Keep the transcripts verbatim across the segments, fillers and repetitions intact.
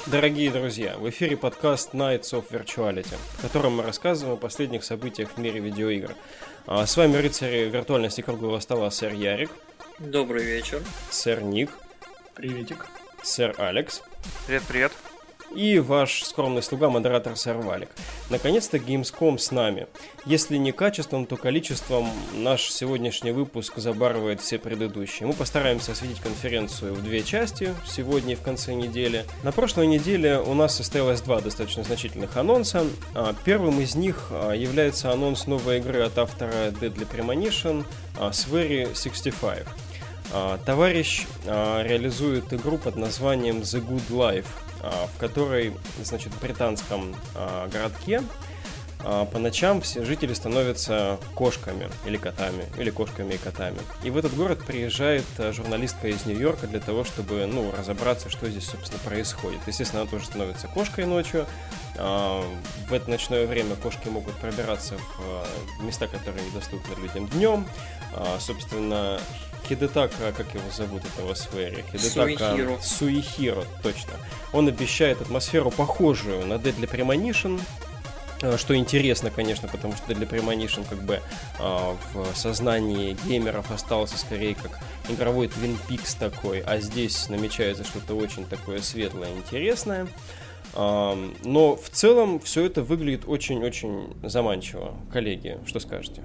Дорогие друзья, в эфире подкаст Nights of Virtuality, в котором мы рассказываем о последних событиях в мире видеоигр. С вами рыцари виртуальности круглого стола сэр Ярик. Добрый вечер. Сэр Ник. Приветик. Сэр Алекс. Привет-привет. И ваш скромный слуга, модератор сэр Валик. Наконец-то Gamescom с нами. Если не качеством, то количеством наш сегодняшний выпуск забарывает все предыдущие. Мы постараемся осветить конференцию в две части, сегодня и в конце недели. На прошлой неделе у нас состоялось два достаточно значительных анонса. Первым из них является анонс новой игры от автора Deadly Premonition Swery шестьдесят пять. Товарищ реализует игру под названием The Good Life, в которой, значит, в британском а, городке а, по ночам все жители становятся кошками или котами, или кошками и котами. И в этот город приезжает а, журналистка из Нью-Йорка для того, чтобы, ну, разобраться, что здесь, собственно, происходит. Естественно, она тоже становится кошкой ночью. А, в это ночное время кошки могут пробираться в а, места, которые недоступны людям днем. А, собственно, Хидетака, как его зовут, этого Сфери? Суихиро. Суихиро, точно. Он обещает атмосферу, похожую на Deadly Premonition, что интересно, конечно, потому что Deadly Premonition как бы в сознании геймеров остался скорее как игровой Twin Peaks такой, а здесь намечается что-то очень такое светлое, интересное. Но в целом все это выглядит очень-очень заманчиво. Коллеги, что скажете?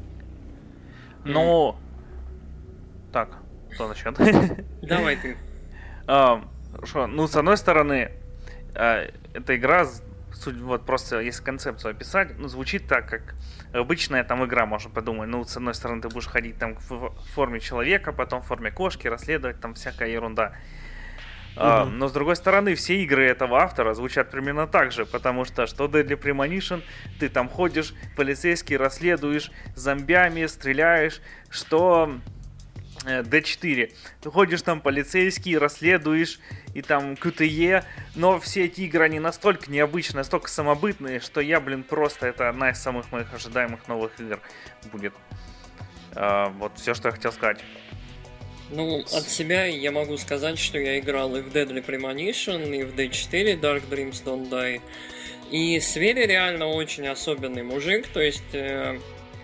Ну... Так, кто начнет? Давай ты. а, шо, ну, с одной стороны, а, эта игра, суть, вот просто если концепцию описать, ну, звучит так, как обычная там игра, можно подумать. Ну, с одной стороны, ты будешь ходить там в форме человека, потом в форме кошки, расследовать, там всякая ерунда. Mm-hmm. А, но с другой стороны, все игры этого автора звучат примерно так же, потому что что Deadly Premonition, ты там ходишь, полицейский, расследуешь, зомбями стреляешь, что... ди четыре. Ты ходишь там полицейский, расследуешь, и там ку ти и, но все эти игры, они настолько необычные, настолько самобытные, что я, блин, просто это одна из самых моих ожидаемых новых игр будет. А, вот все, что я хотел сказать. Ну, от себя я могу сказать, что я играл и в Deadly Premonition, и в ди четыре, Dark Dreams Don't Die. И Свери реально очень особенный мужик, то есть... Э-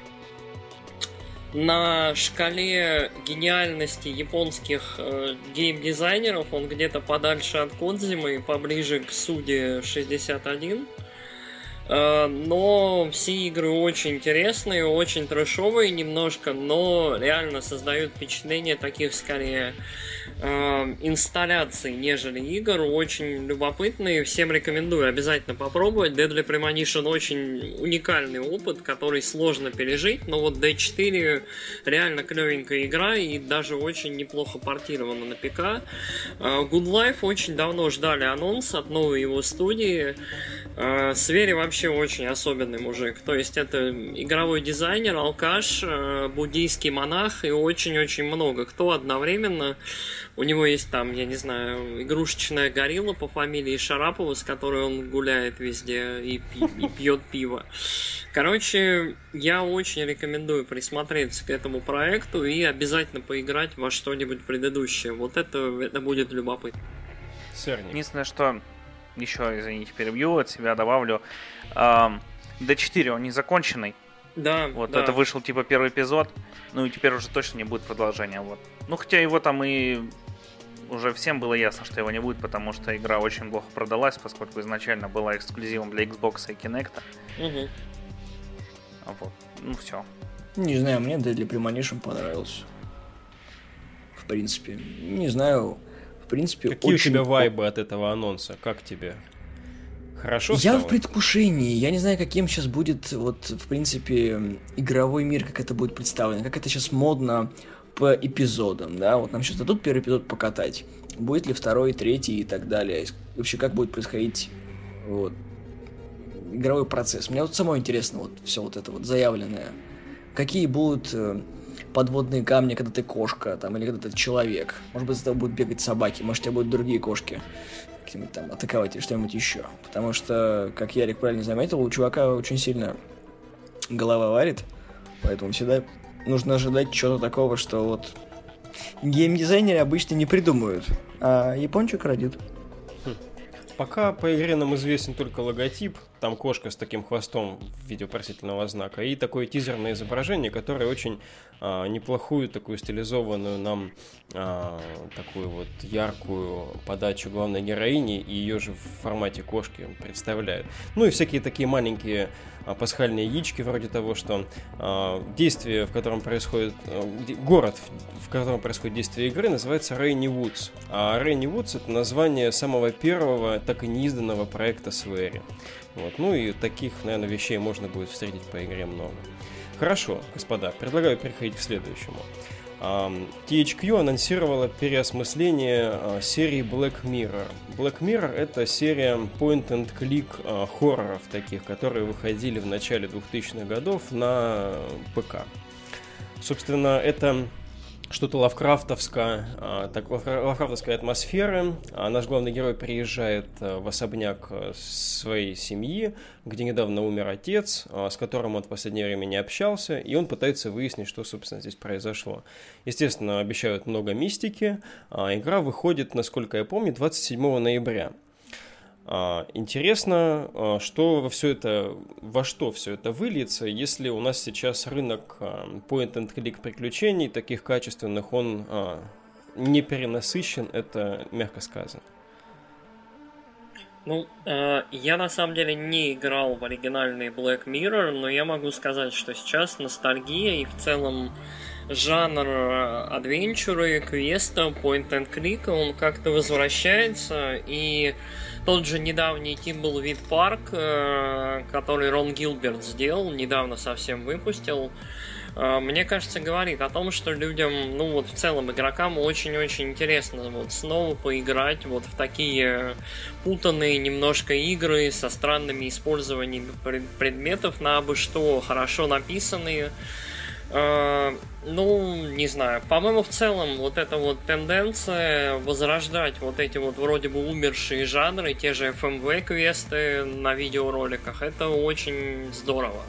На шкале гениальности японских э, геймдизайнеров он где-то подальше от Кодзимы, поближе к Суде шестьдесят один. Э, но все игры очень интересные, очень трэшовые немножко, но реально создают впечатление таких скорее э, инсталляций, нежели игр. Очень любопытные, всем рекомендую обязательно попробовать. Deadly Premonition очень уникальный опыт, который сложно пережить, но вот ди четыре реально клевенькая игра и даже очень неплохо портирована на ПК. э, Good Life очень давно ждали анонс от новой его студии. э, Свери вообще очень особенный мужик, то есть это игровой дизайнер, алкаш, э, буддийский монах и очень-очень много кто одновременно. У него есть там, я не знаю, игрушечная горилла по фамилии Шарапова, с которой он гуляет везде и, пи- и пьет пиво. Короче, я очень рекомендую присмотреться к этому проекту и обязательно поиграть во что-нибудь предыдущее. Вот это, это будет любопытно. Сэр, Единственное, что еще, извините, перебью, от себя добавлю. эм, ди четыре, он не законченный. Да, Вот да. это вышел типа первый эпизод, ну и теперь уже точно не будет продолжения. Вот. Ну хотя его там и уже всем было ясно, что его не будет, потому что игра очень плохо продалась, поскольку изначально была эксклюзивом для Xbox и Kinect. Угу. Вот. Ну все. Не знаю, мне Deadly Premonition понравился. В принципе. Не знаю. В принципе, какие очень... у тебя вайбы от этого анонса? Как тебе? Хорошо Я стало? в предвкушении. Я не знаю, каким сейчас будет, вот, в принципе, игровой мир, как это будет представлено. Как это сейчас модно по эпизодам, да? Вот нам сейчас дадут первый эпизод покатать. Будет ли второй, третий и так далее. Вообще, как будет происходить вот, игровой процесс. Мне вот самое интересно, вот все вот это вот заявленное. Какие будут э, подводные камни, когда ты кошка, там, или когда ты человек. Может быть, за тобой будут бегать собаки, может, у тебя будут другие кошки какие-нибудь там атаковать или что-нибудь еще. Потому что, как Ярик правильно заметил, у чувака очень сильно голова варит, поэтому всегда нужно ожидать чего-то такого, что вот геймдизайнеры обычно не придумают, а япончик родит. Пока по игре нам известен только логотип, там кошка с таким хвостом в виде вопросительного знака, и такое тизерное изображение, которое очень а, неплохую такую стилизованную нам а, такую вот яркую подачу главной героини и ее же в формате кошки представляет. Ну и всякие такие маленькие а, пасхальные яички, вроде того, что а, действие, в котором происходит, а, город, в котором происходит действие игры, называется Рейни Вудс. А Рейни Вудс — это название самого первого, так и неизданного проекта Swery. Вот. Ну и таких, наверное, вещей можно будет встретить по игре много. Хорошо, господа, предлагаю переходить к следующему. ти эйч кью анонсировала переосмысление серии Black Mirror. Black Mirror — это серия point-and-click хорроров таких, которые выходили в начале двухтысячных годов на ПК. Собственно, это что-то лавкрафтовское, так, лавкрафтовская атмосфера. Наш главный герой приезжает в особняк своей семьи, где недавно умер отец, с которым он в последнее время не общался, и он пытается выяснить, что, собственно, здесь произошло. Естественно, обещают много мистики. Игра выходит, насколько я помню, двадцать седьмого ноября. Интересно, что все это, во что все это выльется, если у нас сейчас рынок point-and-click приключений, таких качественных, он не перенасыщен, это мягко сказано. Ну, э, я на самом деле не играл в оригинальный Black Mirror, но я могу сказать, что сейчас ностальгия и в целом жанр адвенчуры, квеста, point-and-click, он как-то возвращается, и тот же недавний Timberwolf Park, который Рон Гилберт сделал, недавно совсем выпустил, мне кажется, говорит о том, что людям, ну вот в целом игрокам очень-очень интересно вот снова поиграть вот в такие путанные немножко игры со странными использованиями предметов на абы что, хорошо написанные. Uh, ну, не знаю. По-моему, в целом, вот эта вот тенденция возрождать вот эти вот вроде бы умершие жанры, те же эф эм ви-квесты на видеороликах, это очень здорово.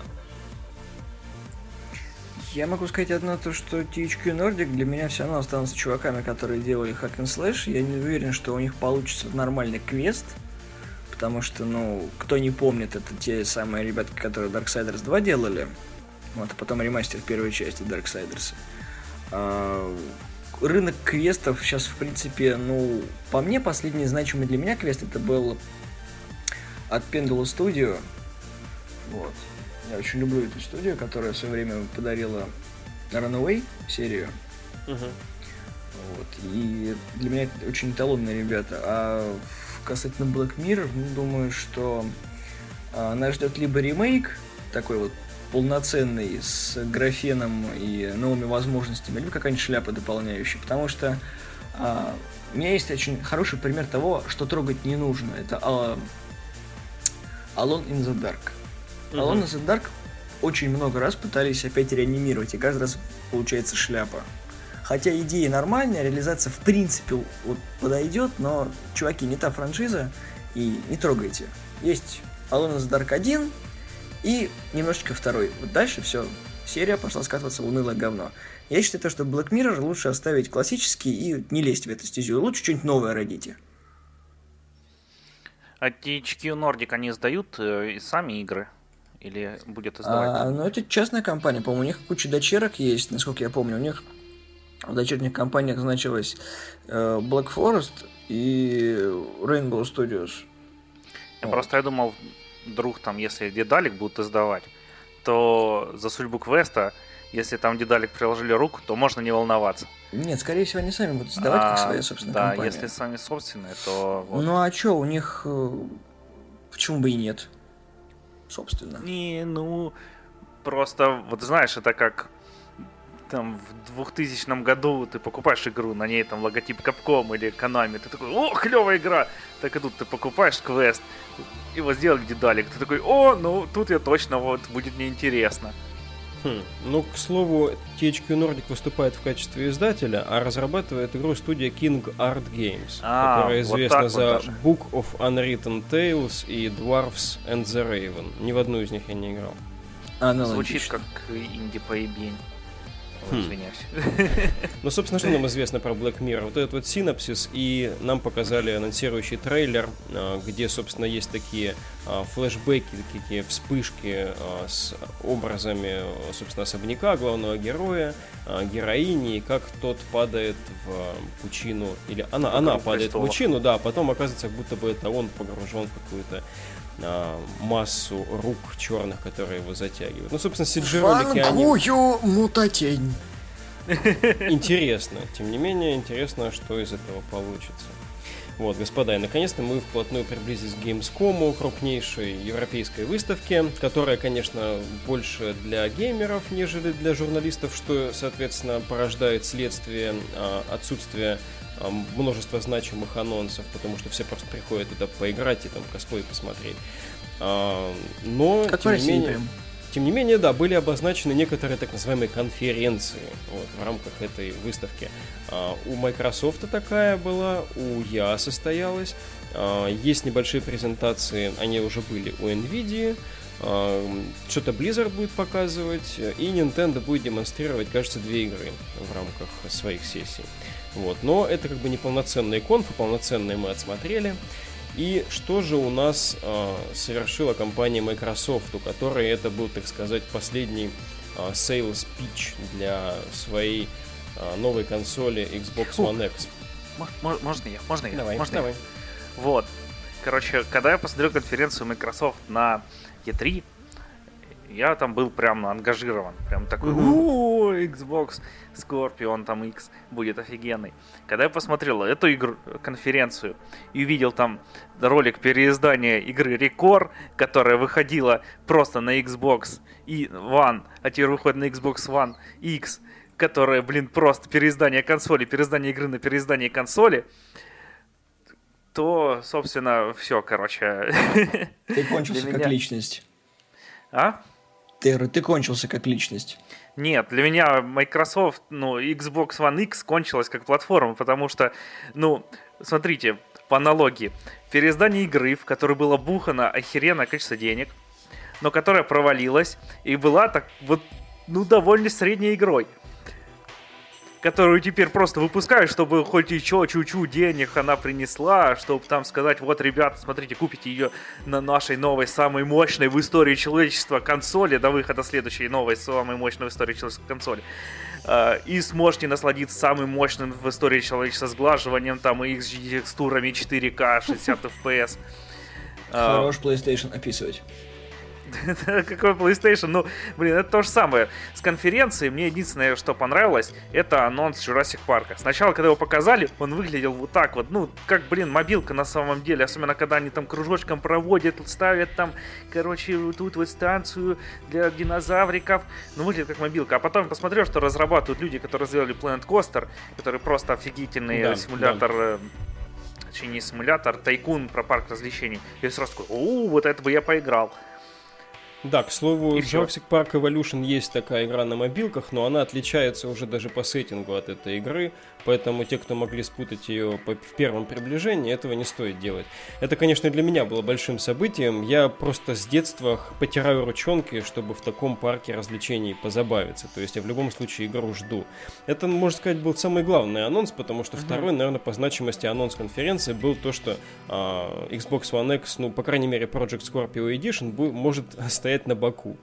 Я могу сказать одно, то, что ти эйч кью Nordic для меня все равно останутся чуваками, которые делали Hack and Slash. Я не уверен, что у них получится нормальный квест, потому что, ну, кто не помнит, это те самые ребята, которые Darksiders два делали. Вот, а потом ремастер первой части Darksiders. А, рынок квестов сейчас, в принципе, ну, по мне, последний значимый для меня квест это был от Pendulum Studio. Вот. Я очень люблю эту студию, которая в свое время подарила Runaway серию. Uh-huh. Вот. И для меня это очень эталонные ребята. А касательно Black Mirror, ну, думаю, что а, нас ждет либо ремейк, такой вот полноценный, с графеном и новыми возможностями, либо какая-нибудь шляпа дополняющая. Потому что а, у меня есть очень хороший пример того, что трогать не нужно. Это а, Alone in the Dark. Uh-huh. Alone in the Dark очень много раз пытались опять реанимировать, и каждый раз получается шляпа. Хотя идея нормальная, реализация в принципе вот подойдет, но, чуваки, не та франшиза, и не трогайте. Есть Alone in the Dark один, и немножечко второй. Вот дальше все, серия пошла скатываться в унылое говно. Я считаю, что Black Mirror лучше оставить классический и не лезть в эту стезю. Лучше что-нибудь новое родите. А ти эйч кью Nordic, они издают э, сами игры? Или будет издавать? А, ну, это частная компания. По-моему, у них куча дочерок есть, насколько я помню. У них в дочерних компаниях значилось э, Black Forest и Rainbow Studios. Я вот. Просто я думал, вдруг там, если Дедалик будут издавать, то за судьбу квеста, если там Дедалик приложили руку, то можно не волноваться. Нет, скорее всего, они сами будут издавать, а, как своя собственная да, компания. Да, если сами собственные, то... Вот. Ну, а чё, у них... Почему бы и нет? Собственно. Не, ну... Просто, вот знаешь, это как... Там в двухтысячном году ты покупаешь игру, на ней там логотип Capcom или Konami, ты такой, о, клевая игра! Так и тут ты покупаешь квест, и вот сделали Дедалик, ты такой, о, ну тут я точно, вот, будет мне интересно. Хм. Ну, к слову, ти эйч кью Nordic выступает в качестве издателя, а разрабатывает игру студия King Art Games, а, которая известна вот за вот Book of Unwritten Tales и Dwarfs and the Raven. Ни в одну из них я не играл. Аналогично. Звучит как инди-поебень. Хм. Извиняюсь. Ну, собственно, что нам известно про Black Mirror? Вот этот вот синапсис, и нам показали анонсирующий трейлер, где, собственно, есть такие флешбеки, такие вспышки с образами, собственно, особняка, главного героя, героини, и как тот падает в пучину, или она, она падает в пучину, да, а потом оказывается, как будто бы это он погружен в какую-то массу рук черных, которые его затягивают. Ну, собственно, си джи-ролики, они... Вангую мутатень. Интересно. Тем не менее, интересно, что из этого получится. Вот, господа, и наконец-то мы вплотную приблизились к Gamescom, крупнейшей европейской выставке, которая, конечно, больше для геймеров, нежели для журналистов, что, соответственно, порождает следствие а, отсутствия а, множества значимых анонсов, потому что все просто приходят туда поиграть и там косплей посмотреть. А, но, как тем в не России, менее... прям. Тем не менее, да, были обозначены некоторые так называемые конференции вот, в рамках этой выставки. А, у Microsoft такая была, у и эй состоялась. А, есть небольшие презентации, они уже были у Nvidia. А, что-то Blizzard будет показывать, и Nintendo будет демонстрировать, кажется, две игры в рамках своих сессий. Вот. Но это как бы не полноценные конфы, полноценные мы отсмотрели. И что же у нас э, совершила компания Microsoft, у которой это был, так сказать, последний э, sales pitch для своей э, новой консоли Xbox One X? Можно я? Можно я? Давай, Можно давай. Я? Вот. Короче, когда я посмотрел конференцию Microsoft на и три, я там был прям ангажирован. Прям такой, у Xbox Scorpion там X будет офигенный. Когда я посмотрел эту игру, конференцию и увидел там ролик переиздания игры Recore, которая выходила просто на Xbox One, а теперь выходит на Xbox One X, которая, блин, просто переиздание консоли, переиздание игры на переиздание консоли, то, собственно, все, короче. Ты кончился как личность. А? Ты, ты кончился как личность. Нет, для меня Microsoft, ну, Xbox One X кончилась как платформа, потому что, ну, смотрите, по аналогии, переиздание игры, в которой было бухано охеренное количество денег, но которая провалилась и была так вот, ну, довольно средней игрой, которую теперь просто выпускают, чтобы хоть еще чуть-чуть денег она принесла, чтобы там сказать, вот, ребята, смотрите, купите ее на нашей новой, самой мощной в истории человечества консоли, до выхода следующей новой, самой мощной в истории человечества консоли, и сможете насладиться самым мощным в истории человечества сглаживанием, там, и икс ди текстурами четыре ка, шестьдесят эф пи эс. Хорош PlayStation описывать. Какой PlayStation? Ну, блин, это то же самое. С конференции мне единственное, что понравилось, это анонс Jurassic Park. Сначала, когда его показали, он выглядел вот так вот. Ну, как, блин, мобилка на самом деле. Особенно, когда они там кружочком проводят, ставят там, короче, тут вот станцию для динозавриков. Ну, выглядит как мобилка. А потом посмотрел, что разрабатывают люди, которые сделали Planet Coaster, который просто офигительный да, симулятор... Да. Точнее, не симулятор, тайкун про парк развлечений. И сразу такой, о, вот это бы я поиграл. Да, к слову, и Jurassic Park Evolution есть такая игра на мобилках, но она отличается уже даже по сеттингу от этой игры, поэтому те, кто могли спутать ее в первом приближении, этого не стоит делать. Это, конечно, для меня было большим событием, я просто с детства потираю ручонки, чтобы в таком парке развлечений позабавиться, то есть я в любом случае игру жду. Это, можно сказать, был самый главный анонс, потому что mm-hmm. второй, наверное, по значимости анонс конференции был то, что а, Xbox One X, ну, по крайней мере, Project Scorpio Edition бу- может стоять на боку.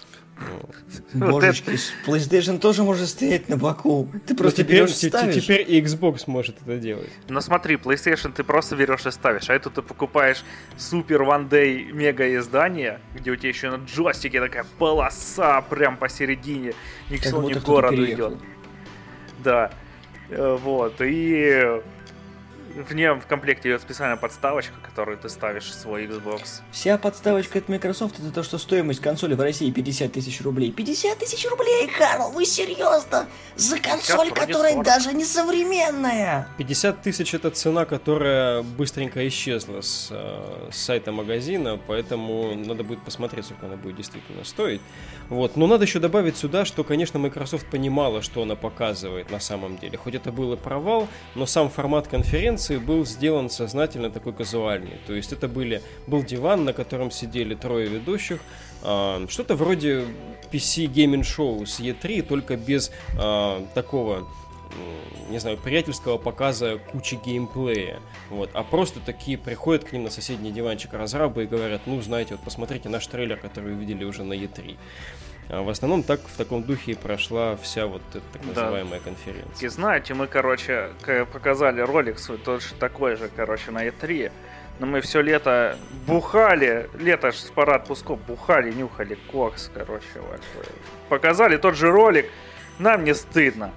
Божечки, PlayStation тоже может стоять на боку. Ты просто теперь, берешь и ставишь. Теперь и Xbox может это делать. Но смотри, PlayStation ты просто берешь и ставишь, а это ты покупаешь супер One Day мега издание, где у тебя еще на джойстике такая полоса прям посередине, ни к селу, ни к городу идет. Да. Вот. И в нем в комплекте идет специальная подставочка, которую ты ставишь в свой Xbox. Вся подставочка от Microsoft это то, что стоимость консоли в России пятьдесят тысяч рублей. пятьдесят тысяч рублей, Карл, вы серьезно? За консоль, которая сорок даже не современная. пятьдесят тысяч это цена, которая быстренько исчезла с, с сайта магазина, поэтому надо будет посмотреть, сколько она будет действительно стоить. Вот. Но надо еще добавить сюда, что, конечно, Microsoft понимала, что она показывает на самом деле. Хоть это был и провал, но сам формат конференции был сделан сознательно такой казуальный. То есть это были, был диван, на котором сидели трое ведущих, э, что-то вроде пи си Gaming Show с и три, только без э, такого, не знаю, приятельского показа кучи геймплея. Вот. А просто такие приходят к ним на соседний диванчик разрабы и говорят, ну, знаете, вот посмотрите наш трейлер, который увидели уже на и три. А в основном так, в таком духе и прошла вся вот эта так называемая да. конференция. И знаете, мы, короче, показали ролик свой, точно такой же, короче, на и три. Но мы все лето бухали, лето ж с пора отпусков, бухали, нюхали кокс, короче. Вот. Показали тот же ролик, нам не стыдно.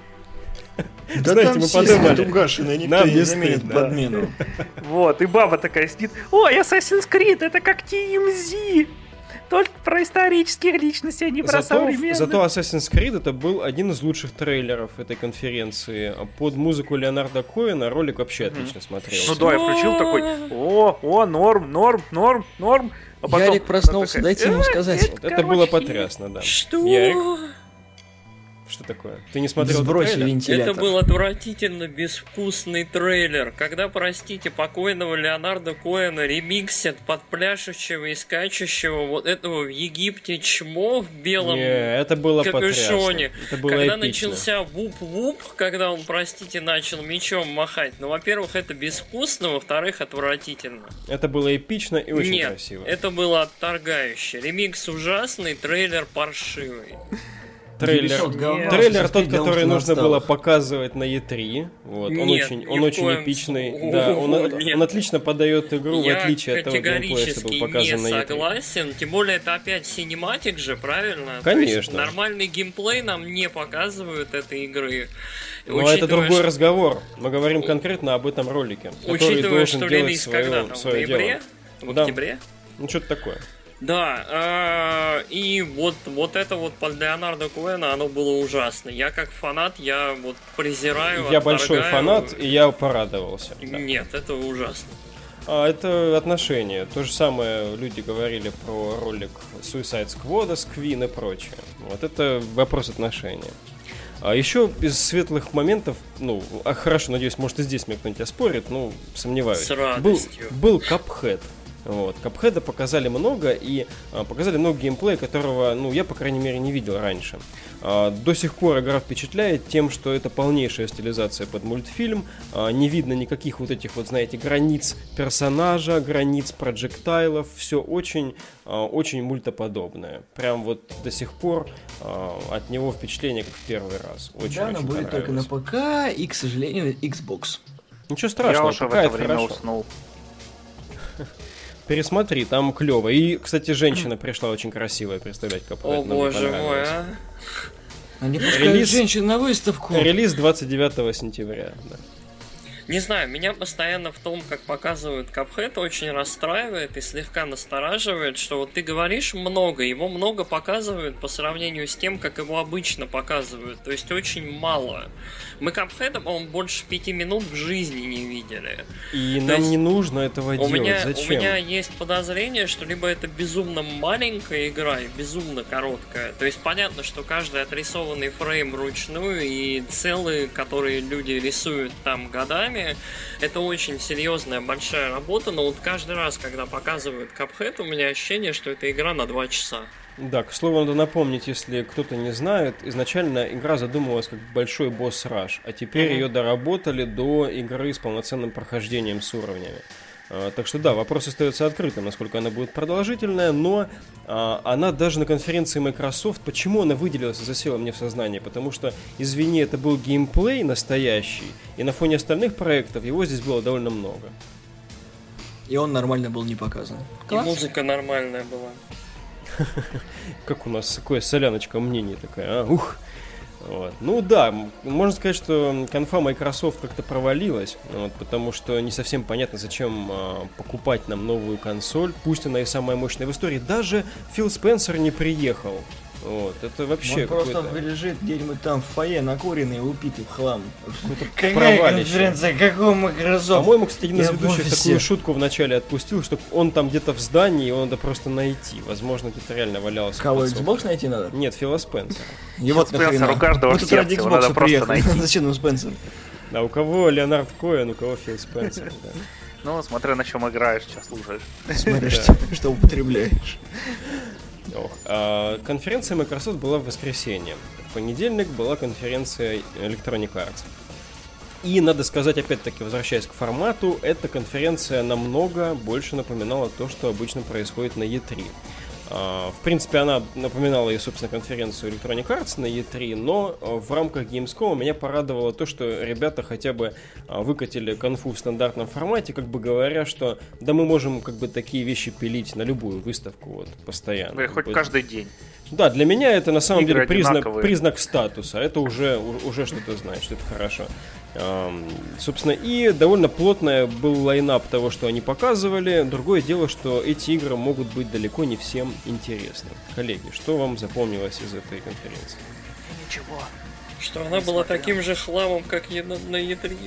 Да знаете, мы подумали, угашенные, никто не заменит подмену. Вот, и баба такая сидит, ой, Assassin's Creed, это как ти эм зет. Только про исторические личности, а не про зато, современных. Зато Assassin's Creed это был один из лучших трейлеров этой конференции. Под музыку Леонарда Коэна ролик вообще отлично mm-hmm. смотрелся. Ну да, я включил такой, о, о, норм, норм, норм, норм. А потом, Ярик проснулся, такая, дайте ему сказать. Вот это было потрясно, да. Что? Ярик? Что такое? Ты не смотрел трейлер? Вентилятор. Это был отвратительно безвкусный трейлер. Когда, простите, покойного Леонарда Коэна ремиксят под пляшущего и скачущего вот этого в Египте чмо в белом не, это было капюшоне. Это было когда эпично. Начался вуп-вуп, когда он, простите, начал мечом махать. Ну, во-первых, это безвкусно, во-вторых, отвратительно. Это было эпично и очень Нет, красиво. Это было отторгающе. Ремикс ужасный, трейлер паршивый. Трейлер, Нет. трейлер тот, который нужно было показывать на и три. Вот. Он Нет, очень, он очень коем... эпичный. О, да, он, он отлично подает игру, Я в отличие от того геймплея, что был показан на и три. Я категорически не согласен. Тем более это опять синематик же, правильно? Конечно. То есть нормальный геймплей нам не показывают этой игры. Но учитывая, это другой что... разговор. Мы говорим конкретно об этом ролике, который учитывая, должен что делать релиз свое, когда там, свое в ноябре? дело. В да. октябре? Ну, что-то такое. Да, э, и вот, вот это вот под Леонардо Коэна, оно было ужасно. Я как фанат, я вот презираю, Я отторгаю. большой фанат, и я порадовался. Да. Нет, это ужасно. А, это отношения. То же самое люди говорили про ролик Suicide Squad, Queen и прочее. Вот это вопрос отношений. А еще из светлых моментов, ну, а хорошо, надеюсь, может и здесь мне кто-нибудь оспорит, ну, сомневаюсь. С радостью. Был, был Cuphead. Вот. Cuphead'а показали много, и а, показали много геймплея, которого, ну, я, по крайней мере, не видел раньше. А, до сих пор игра впечатляет тем, что это полнейшая стилизация под мультфильм. А, не видно никаких вот этих вот, знаете, границ персонажа, границ проджектайлов. Все очень, а, очень мультоподобное. Прям вот до сих пор а, от него впечатление как в первый раз. Очень, да, очень оно будет только на ПК и, к сожалению, Xbox. Ничего страшного, я уже в это время хорошо. Уснул. Пересмотри, там клево. И, кстати, женщина пришла очень красивая, представлять, как О, боже мой, а. Они пускают женщин на выставку. Релиз двадцать девятого сентября, да. Не знаю, меня постоянно в том, как показывают Cuphead, очень расстраивает и слегка настораживает, что вот ты говоришь много, его много показывают по сравнению с тем, как его обычно показывают, то есть очень мало. Мы Cuphead, по-моему, больше пяти минут в жизни не видели. И то нам есть не нужно этого у делать, меня, зачем? У меня есть подозрение, что либо это безумно маленькая игра и безумно короткая, то есть понятно, что каждый отрисованный фрейм вручную и целые, которые люди рисуют там годами, это очень серьезная, большая работа, но вот каждый раз, когда показывают Cuphead, у меня ощущение, что это игра на два часа. Да, к слову, надо напомнить, если кто-то не знает, изначально игра задумывалась как большой босс-раш, а теперь mm-hmm. ее доработали до игры с полноценным прохождением с уровнями. А, так что да, вопрос остается открытым, насколько она будет продолжительная, но а, она даже на конференции Microsoft, почему она выделилась и засела мне в сознание? Потому что, извини, это был геймплей настоящий, и на фоне остальных проектов его здесь было довольно много. И он нормально был не показан. Класс. И музыка нормальная была. Как у нас такое соляночка мнений такая, а? Ух! Вот. Ну да, можно сказать, что конфа Microsoft как-то провалилась, вот, потому что не совсем понятно, зачем а, покупать нам новую консоль, пусть она и самая мощная в истории. Даже Фил Спенсер не приехал. Вот, это вообще он просто какой-то... лежит где-нибудь там в фойе, накуренный, упитый в хлам. Какая конференция, какого Microsoft? По-моему, кстати, один из ведущих такую шутку вначале отпустил, что он там где-то в здании, его надо просто найти. Возможно, где-то реально валялся. Кого, Xbox найти надо? Нет, Фила Спенсера. Его Спенсер у каждого в сердце, его надо просто найти. Зачем нам Спенсер? А у кого Леонард Коэн, у кого Фил Спенсер, да. Ну, смотря на чем играешь, что слушаешь. Смотри, что употребляешь. Ох. А конференция Microsoft была в воскресенье. В понедельник была конференция Electronic Arts. И, надо сказать, опять-таки, возвращаясь к формату, эта конференция намного больше напоминала то, что обычно происходит на и три. В принципе, она напоминала и, собственно, конференцию Electronic Arts на и три, но в рамках Gamescom меня порадовало то, что ребята хотя бы выкатили конфу в стандартном формате, как бы говоря, что да мы можем как бы такие вещи пилить на любую выставку вот, постоянно. Да, хоть вот. Каждый день. Да, для меня это на самом Игры деле признак, признак статуса, это уже, уже что-то значит, это хорошо. Um, собственно, и довольно плотный был лайнап того, что они показывали. Другое дело, что эти игры могут быть далеко не всем интересны. Коллеги, что вам запомнилось из этой конференции? Ничего. Что она не была смотрел. Таким же хламом, как и на, на и три.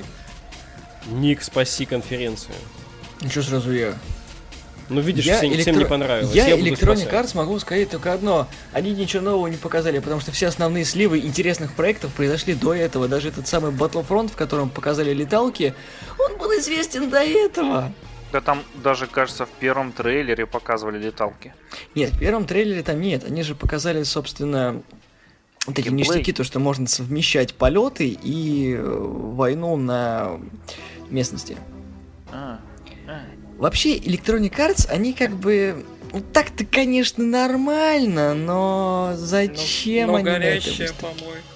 Ник, спаси конференцию. Ничего сразу я. Ну, видишь, всем, электро... всем не понравилось. Я, я Electronic Arts могу сказать только одно. Они ничего нового не показали, потому что все основные сливы интересных проектов произошли до этого. Даже этот самый Battlefront, в котором показали леталки, он был известен до этого. Да там даже, кажется, в первом трейлере показывали леталки. Нет, в первом трейлере там нет. Они же показали, собственно, вот эти ништяки, то, что можно совмещать полеты и войну на местности. А, а. Вообще, Electronic Arts, они как бы... Ну, так-то, конечно, нормально, но зачем но, но они горящая на это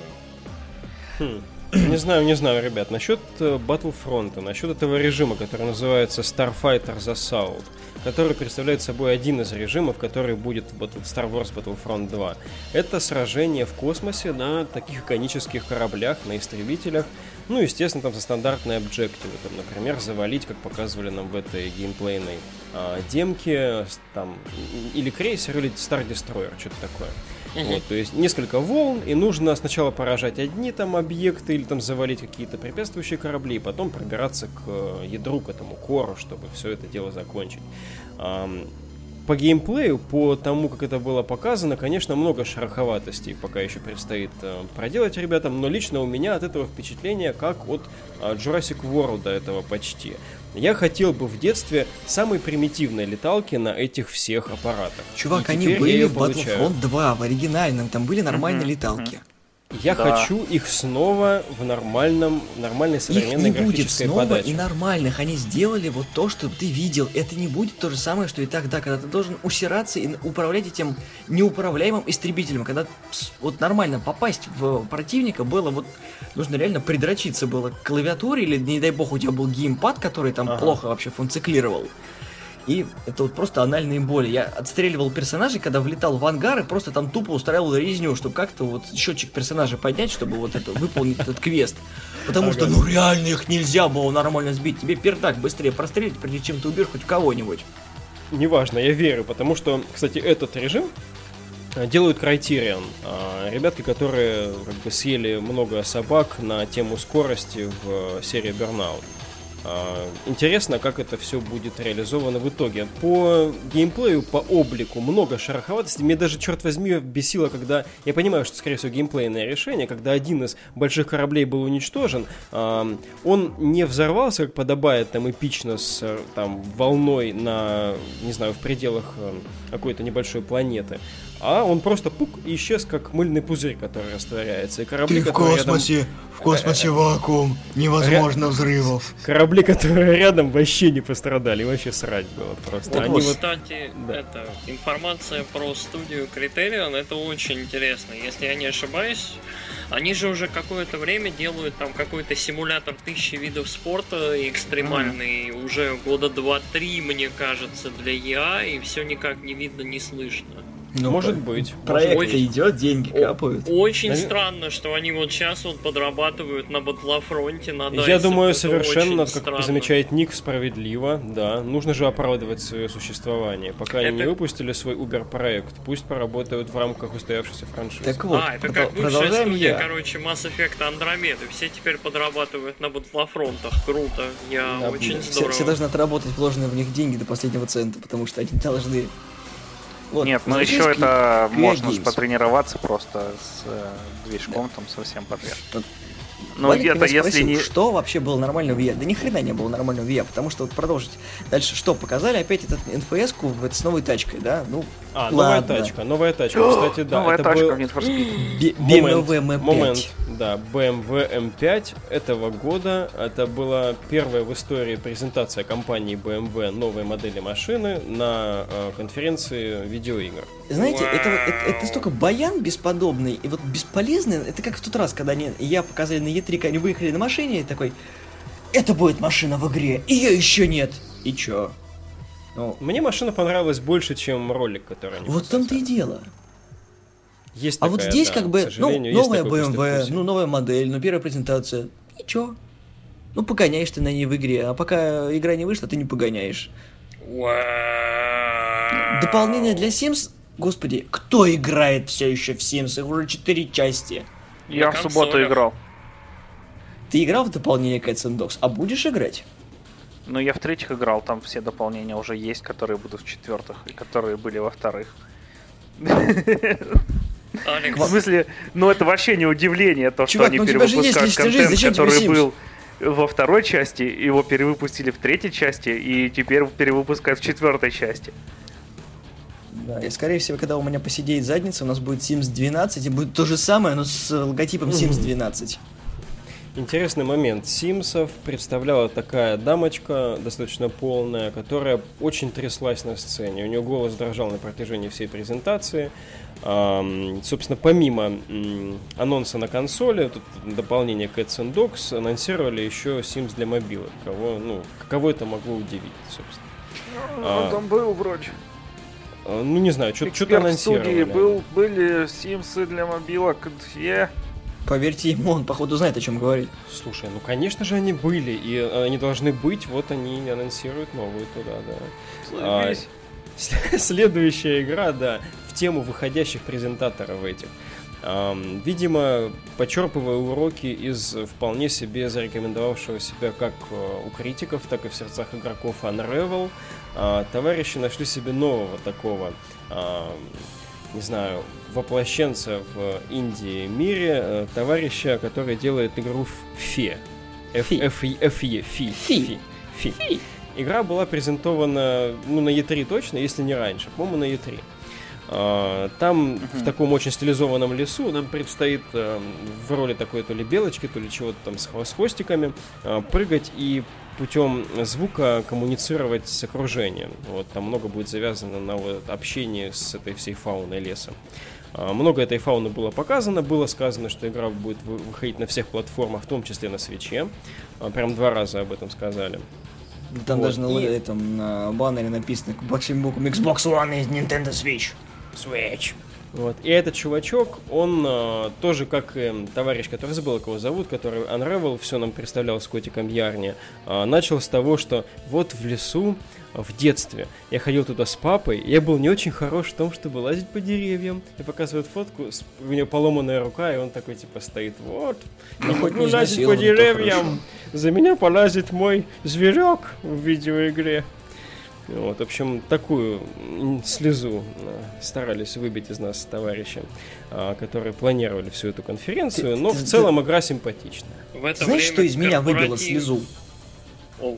помойка. Хм. Не знаю, не знаю, ребят. Насчет Battlefront, насчет этого режима, который называется Starfighter The Assault, который представляет собой один из режимов, который будет вот Star Wars Battlefront два. Это сражение в космосе на таких иконических кораблях, на истребителях. Ну, естественно, там со стандартные объективы. Там, например, завалить, как показывали нам в этой геймплейной а, демке, там, или крейсер, или Star Destroyer, что-то такое. Uh-huh. Вот, то есть несколько волн, и нужно сначала поражать одни там объекты или там завалить какие-то препятствующие корабли, и потом пробираться к ядру, к этому кору, чтобы все это дело закончить. По геймплею, по тому, как это было показано, конечно, много шероховатостей пока еще предстоит э, проделать ребятам, но лично у меня от этого впечатление как от э, Jurassic World до этого почти. Я хотел бы в детстве самой примитивной леталки на этих всех аппаратах. Чувак, они были в Battlefront два, в оригинальном, там были нормальные mm-hmm. леталки. Я да. хочу их снова в нормальном, нормальной современной графической подаче. Их не будет снова подаче. И нормальных. Они сделали вот то, что ты видел. Это не будет то же самое, что и тогда, когда ты должен усираться и управлять этим неуправляемым истребителем. Когда вот нормально попасть в противника было вот... Нужно реально придрочиться было к клавиатуре, или, не дай бог, у тебя был геймпад, который там ага. плохо вообще функционировал. И это вот просто анальные боли. Я отстреливал персонажей, когда влетал в ангар, и просто там тупо устраивал резню, чтобы как-то вот счетчик персонажа поднять, чтобы вот это выполнить этот квест. Потому что, ну реально их нельзя было нормально сбить. Тебе пердак быстрее прострелить, прежде чем ты убьешь хоть кого-нибудь. Неважно, я верю, потому что, кстати, этот режим делают Criterion. Ребятки, которые как бы съели много собак на тему скорости в серии Burnout. Интересно, как это все будет реализовано в итоге. По геймплею, по облику много шероховатости. Мне даже, черт возьми, бесило, когда... Я понимаю, что, скорее всего, геймплейное решение. Когда один из больших кораблей был уничтожен, он не взорвался, как подобает, там, эпично с там, волной на, не знаю, в пределах какой-то небольшой планеты. А он просто пук и исчез, как мыльный пузырь, который растворяется. И корабли, Ты в космосе, рядом... в космосе вакуум, невозможно Ря... взрывов. Корабли, которые рядом, вообще не пострадали, вообще срать было просто. Вот, Они кстати, вот... да. это, информация про студию Criterion, это очень интересно. Если я не ошибаюсь, они же уже какое-то время делают там какой-то симулятор тысячи видов спорта экстремальный, mm-hmm. уже года два-три, мне кажется, для и эй, и все никак не видно, не слышно. Ну, может быть. Проект очень, идет, деньги капают. Очень Навер... странно, что они вот сейчас вот подрабатывают на Battlefront, на Dice. Я думаю, совершенно, как странно. замечает Ник, справедливо, да. Нужно же оправдывать свое существование. Пока это... они не выпустили свой Uber-проект, пусть поработают в рамках устоявшейся франшизы. Так вот, а, это как бывшая студия, короче, Mass Effect Andromeda. Все теперь подрабатывают на Battlefront. Круто. Я да, очень все, здорово. Все должны отработать вложенные в них деньги до последнего цента, потому что они должны... Вот, нет, но еще к... это к... можно потренироваться просто с э, движком да. там совсем подряд. Ну, Валик это меня если спросил, не... что вообще было нормально в ви ар. Да ни хрена не было нормального ви ар, потому что вот продолжить. Дальше что, показали опять этот эн эф эс-ку с новой тачкой, да? Ну, А, новая ладно. тачка, новая тачка, кстати, да. Новая это тачка был в Need for Speed. Би эм дабл ю эм пять. момент, да, би эм дабл ю эм пять этого года. Это была первая в истории презентация компании би эм дабл ю новой модели машины на э, конференции видеоигр. Знаете, это, вот- это, это настолько баян бесподобный и вот бесполезный. Это как в тот раз, когда они, я показали на и три, когда они выехали на машине, и такой, это будет машина в игре, ее еще нет. И чё? Ну, Мне машина понравилась больше, чем ролик, который они вот в том-то и показали. дело. Есть А такая, вот здесь да, как к бы, ну, сожалению, есть новая такое би эм дабл ю, послевкусие. ну, новая модель, ну, первая презентация. Ничего. Ну, погоняешь ты на ней в игре, а пока игра не вышла, ты не погоняешь. Дополнение для Sims, господи, кто играет все еще в Sims? Их уже четыре части. Я На в субботу консолях. играл. Ты играл в дополнение Cats and Dogs, а будешь играть? Ну, я в третьих играл, там все дополнения уже есть, которые будут в четвертых, и которые были во вторых. Алекс, В смысле, ну это вообще не удивление, то, что Чувак, они ну у тебя же есть перевыпускают личная жизнь, контент, зачем тебе который Sims? был во второй части, его перевыпустили в третьей части, и теперь перевыпускают в четвертой части. Да, и скорее всего, когда у меня посидеет задница, у нас будет Sims двенадцать, и будет то же самое, но с логотипом Sims двенадцать. Интересный момент. Симсов представляла такая дамочка, достаточно полная, которая очень тряслась на сцене. У нее голос дрожал на протяжении всей презентации. Ам, собственно, помимо м, анонса на консоли, тут дополнение Cats and Dogs, анонсировали еще Sims для мобилок. Кого, ну, кого это могло удивить, собственно. А. Там был вроде. А, Ну, не знаю, что-то Эксперт в студии анонсировали. был, были симсы для мобилок. е. Поверьте ему, он походу знает, о чем говорит. Слушай, ну, конечно же, они были, и они должны быть, вот они анонсируют новую туда, да. А, Заебись. Следующая игра, да, в тему выходящих презентаторов этих. Ам, видимо, почерпывая уроки из вполне себе зарекомендовавшего себя как э, у критиков, так и в сердцах игроков Unravel, а, товарищи нашли себе нового такого, ам, не знаю, воплощенца в инди-мире, э, товарища, который делает игру Фе. Фи. Фе. Фи. Фи. Фи. Фи. Игра была презентована, ну, на и три точно, если не раньше, по-моему, на и три. А, Там Мгм. в таком очень стилизованном лесу нам предстоит а, в роли такой то ли белочки, то ли чего-то там с хво- с хвостиками а, прыгать и путем звука коммуницировать с окружением. Вот, там много будет завязано на вот общении с этой всей фауной леса. А, Много этой фауны было показано, было сказано, что игра будет вы- выходить на всех платформах, в том числе на Свитче. А, Прям два раза об этом сказали. Там Вот, даже на, и- этом, на баннере написано большими буквами Xbox One и Nintendo Switch. Switch. Вот. И этот чувачок, он э, тоже, как и товарищ, который забыл, как его зовут, который Unravel все нам представлял с котиком Ярни, э, начал с того, что вот в лесу, э, в детстве, я ходил туда с папой, и я был не очень хорош в том, чтобы лазить по деревьям. И показывает фотку, с- у него поломанная рука, и он такой типа стоит, вот, Ну, я хоть могу не лазить по изнасилован, то деревьям, хорошо. за меня полазит мой зверек в видеоигре. Вот, в общем, такую м, слезу э, старались выбить из нас товарищи, а, которые планировали всю эту конференцию, но в ты- целом игра симпатичная. в это Знаешь, время что из меня выбило корпоратив- слезу? О,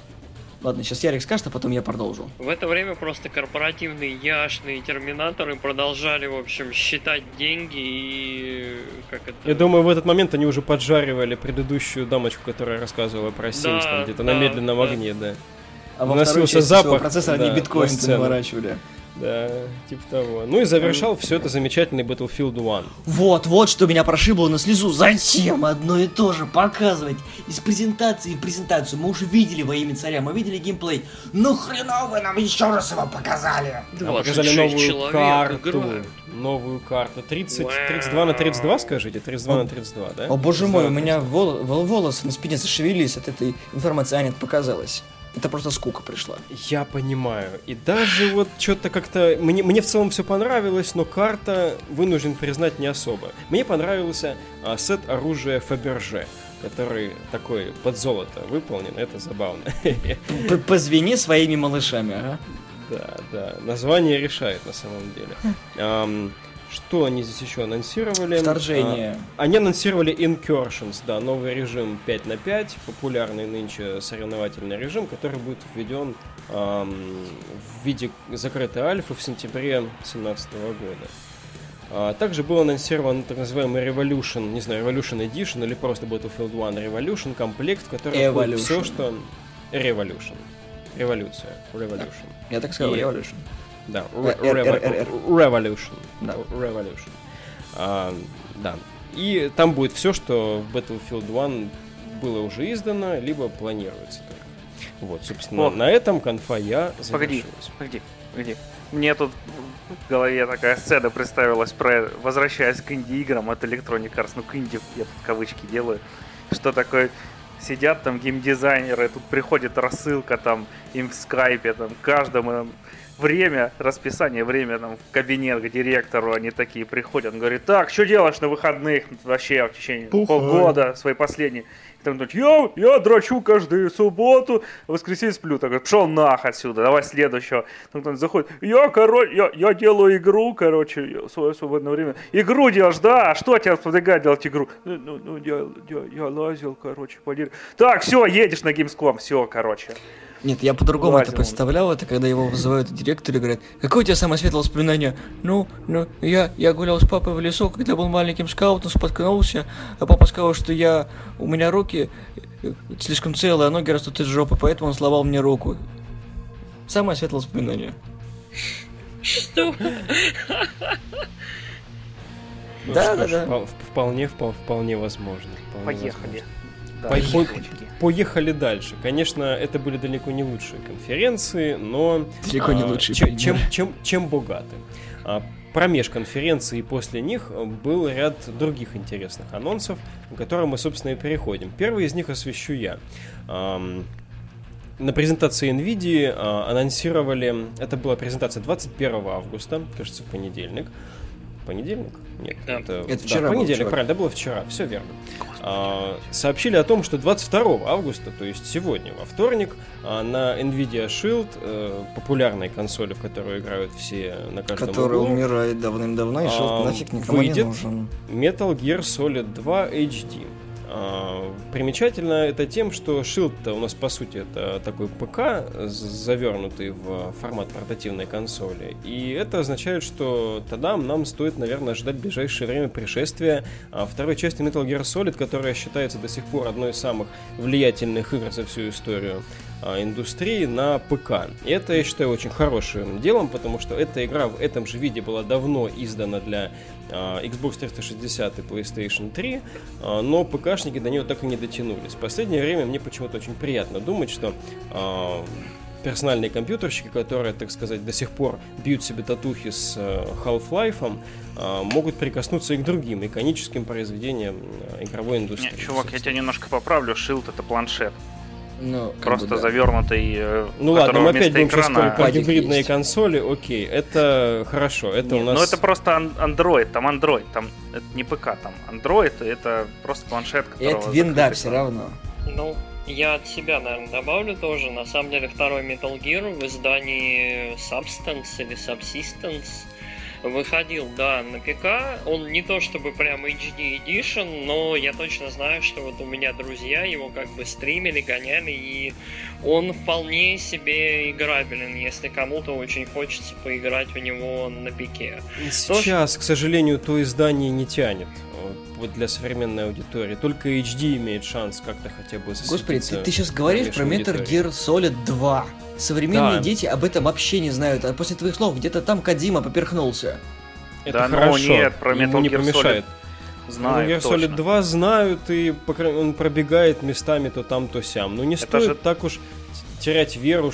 Ладно, сейчас Ярик скажет, а потом я продолжу. В это время просто корпоративные яшные терминаторы продолжали, в общем, считать деньги и... Как это... Я думаю, в этот момент они уже поджаривали предыдущую дамочку, которая рассказывала про Sims, там где-то на да, медленном да. огне, да. А во Вносился второй части запах, своего процессора да, они биткоин на сцену. наворачивали. Да, типа того. Ну и завершал все это замечательный Battlefield один. Вот, вот что меня прошибло на слезу. Зачем одно и то же показывать из презентации в презентацию? Мы уже видели во имя царя, мы видели геймплей. Ну хрена вы нам еще раз его показали? Нам показали двадцать шесть новую человек карту. играют. Новую карту. тридцать, Вау. тридцать два на тридцать два, скажите? тридцать два на тридцать два, да? О боже тридцать мой, два у на меня вол- вол- волосы на спине зашевелились от этой информации, а нет, показалось. Это просто скука пришла. Я понимаю. И даже вот что-то как-то... Мне, мне в целом все понравилось, но карта, вынужден признать, не особо. Мне понравился а, сет оружия Фаберже, который такой под золото выполнен. Это забавно. П- Позвени своими малышами, ага. Да, да. Название решает на самом деле. Ам, Что они здесь еще анонсировали? Вторжение. А, они анонсировали Incursions, да, новый режим пять на пять, популярный нынче соревновательный режим, который будет введен эм, в виде закрытой альфы в сентябре две тысячи семнадцатого года. А, также был анонсирован так называемый Revolution, не знаю, Revolution Edition или просто Battlefield один Revolution комплект, в котором будет все, что... Revolution. Революция. Revolution. Я так сказал, И... Revolution. Да, Revolution. Да. Revolution. А, да. И там будет все, что в Battlefield один было уже издано, либо планируется только. Вот, собственно, О. на этом конфа я завершилась. Погоди, погоди, погоди. Мне тут в голове такая сцена представилась про, возвращаясь к инди-играм от Electronic Arts, ну к инди, я тут кавычки делаю, что такое... Сидят там геймдизайнеры, тут приходит рассылка там им в скайпе, там каждому там, время, расписание, время там в кабинет к директору, они такие приходят, он говорит, так, что делаешь на выходных вообще в течение Пухай. полгода свои последние? И там говорит, я, я дрочу каждую субботу, в воскресенье сплю. Так, пошел нах отсюда, давай следующего. Там кто-то заходит, я, короче, я, я делаю игру, короче, я, свое свободное время. Игру делаешь, да? А что тебя сподвигает делать игру? Ну, ну, ну я, я, я лазил, короче, по дереву. Так, все, едешь на Gamescom, все, короче. Нет, я по-другому это представлял, это когда его вызывают директор и говорят, какое у тебя самое светлое воспоминание? Ну, ну, я, я гулял с папой в лесу, когда был маленьким скаутом, споткнулся, а папа сказал, что я, у меня руки слишком целые, а ноги растут из жопы, поэтому он сломал мне руку. Самое светлое воспоминание. Что? Да, да, да. Вполне, вполне возможно. Поехали. Да, По- поехали дальше. Конечно, это были далеко не лучшие конференции, но далеко не лучшие. Чем, чем, чем, чем богаты. А, промеж конференции и после них был ряд других интересных анонсов, к которым мы, собственно, и переходим. Первый из них освещу я. А, на презентации NVIDIA а, анонсировали, это была презентация двадцать первого августа, кажется, в понедельник. Понедельник? Нет, да. это, это вчера да, понедельник, был, правильно, да, было вчера, все верно. А, сообщили о том, что двадцать второго августа, то есть сегодня, во вторник, а, на NVIDIA Shield, а, популярной консоли, в которую играют все на каждом Которая углу, умирает давным-давно, и Shield а, нафиг никому не нужен. Metal Gear Solid два эйч ди. А, примечательно это тем, что Shield-то у нас по сути это такой ПК, завернутый в формат портативной консоли. И это означает, что тогда нам стоит, наверное, ожидать в ближайшее время пришествия а, второй части Metal Gear Solid, которая считается до сих пор одной из самых влиятельных игр за всю историю а, индустрии на ПК. И это, я считаю, очень хорошим делом, потому что эта игра в этом же виде была давно издана для Xbox триста шестьдесят и PlayStation три, но ПКшники до нее так и не дотянулись. В последнее время мне почему-то очень приятно думать, что персональные компьютерщики, которые, так сказать, до сих пор бьют себе татухи с Half-Life, могут прикоснуться и к другим иконическим произведениям игровой индустрии. Нет, чувак, я тебя немножко поправлю, Shield — это планшет. Ну, просто бы, да. завернутый. Ну ладно, мы опять будем сейчас про гибридные консоли, окей, это хорошо, это Нет, у нас... Ну это просто Android, там Android, там это не ПК, там Android, это просто планшет, которого... Это винда все равно. Ну, я от себя, наверное, добавлю тоже, на самом деле второй Metal Gear в издании Substance или Subsistence выходил, да, на ПК. Он не то чтобы прям эйч ди Edition, но я точно знаю, что вот у меня друзья его как бы стримили, гоняли, и он вполне себе играбелен, если кому-то очень хочется поиграть в него на ПК. Сейчас, то, к сожалению, то издание не тянет вот для современной аудитории. Только эйч ди имеет шанс как-то хотя бы засветиться. Господи, ты, ты сейчас говоришь про Metal Gear Solid два. Современные да. дети об этом вообще не знают, а после твоих слов где-то там Кодзима поперхнулся. Это да, хорошо, ну нет, про Metal не Gear помешает. Solid знаю, Metal Gear Solid два знают, и он пробегает местами то там, то сям. Но не это стоит же... так уж терять веру,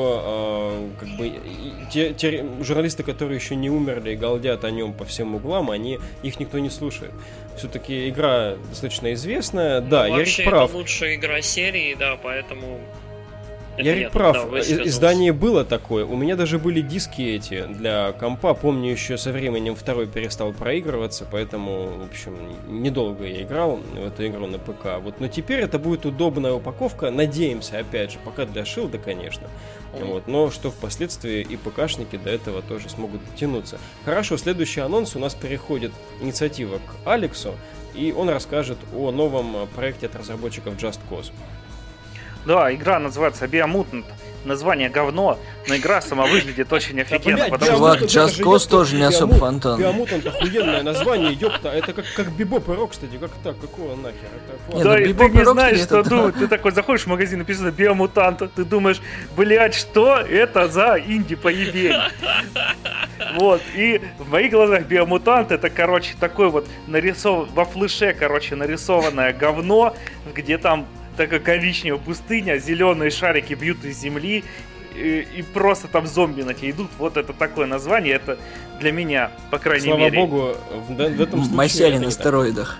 что э, как бы те, те, журналисты, которые еще не умерли и галдят о нем по всем углам, они, их никто не слушает. Все-таки игра достаточно известная. Да, ну, Ярик прав. Это лучшая игра серии, да, поэтому... Ярик прав, да, издание было такое. У меня даже были диски эти для компа. Помню, еще со временем второй перестал проигрываться, поэтому, в общем, недолго я играл в эту игру на ПК. Вот, но теперь это будет удобная упаковка. Надеемся, опять же, пока для шилда, конечно. Mm-hmm. Вот, но что впоследствии и ПКшники до этого тоже смогут дотянуться. Хорошо, следующий анонс. У нас переходит инициатива к Алексу, и он расскажет о новом проекте от разработчиков Just Cause. Да, игра называется Biomutant. Название говно, но игра сама выглядит очень офигенно. Да, чувак, Just Cause тоже не особо фонтан. Biomutant охуенное название, ёпта. Это как, как Бибоп и Рокстеди, как так, какого нахер? Это, да, и ты не знаешь, что думать. Ты такой заходишь в магазин, написано Biomutant, ты думаешь, блядь, что это за инди-поебень? Вот, и в моих глазах Biomutant это, короче, такой вот нарисов... во флеше, короче, нарисованное говно, где там такая коричневая пустыня, зеленые шарики бьют из земли, и, и просто там зомби на тебя идут. Вот это такое название, это для меня, по крайней Слава мере. Слава богу, в, в этом случае... Масяли на стероидах.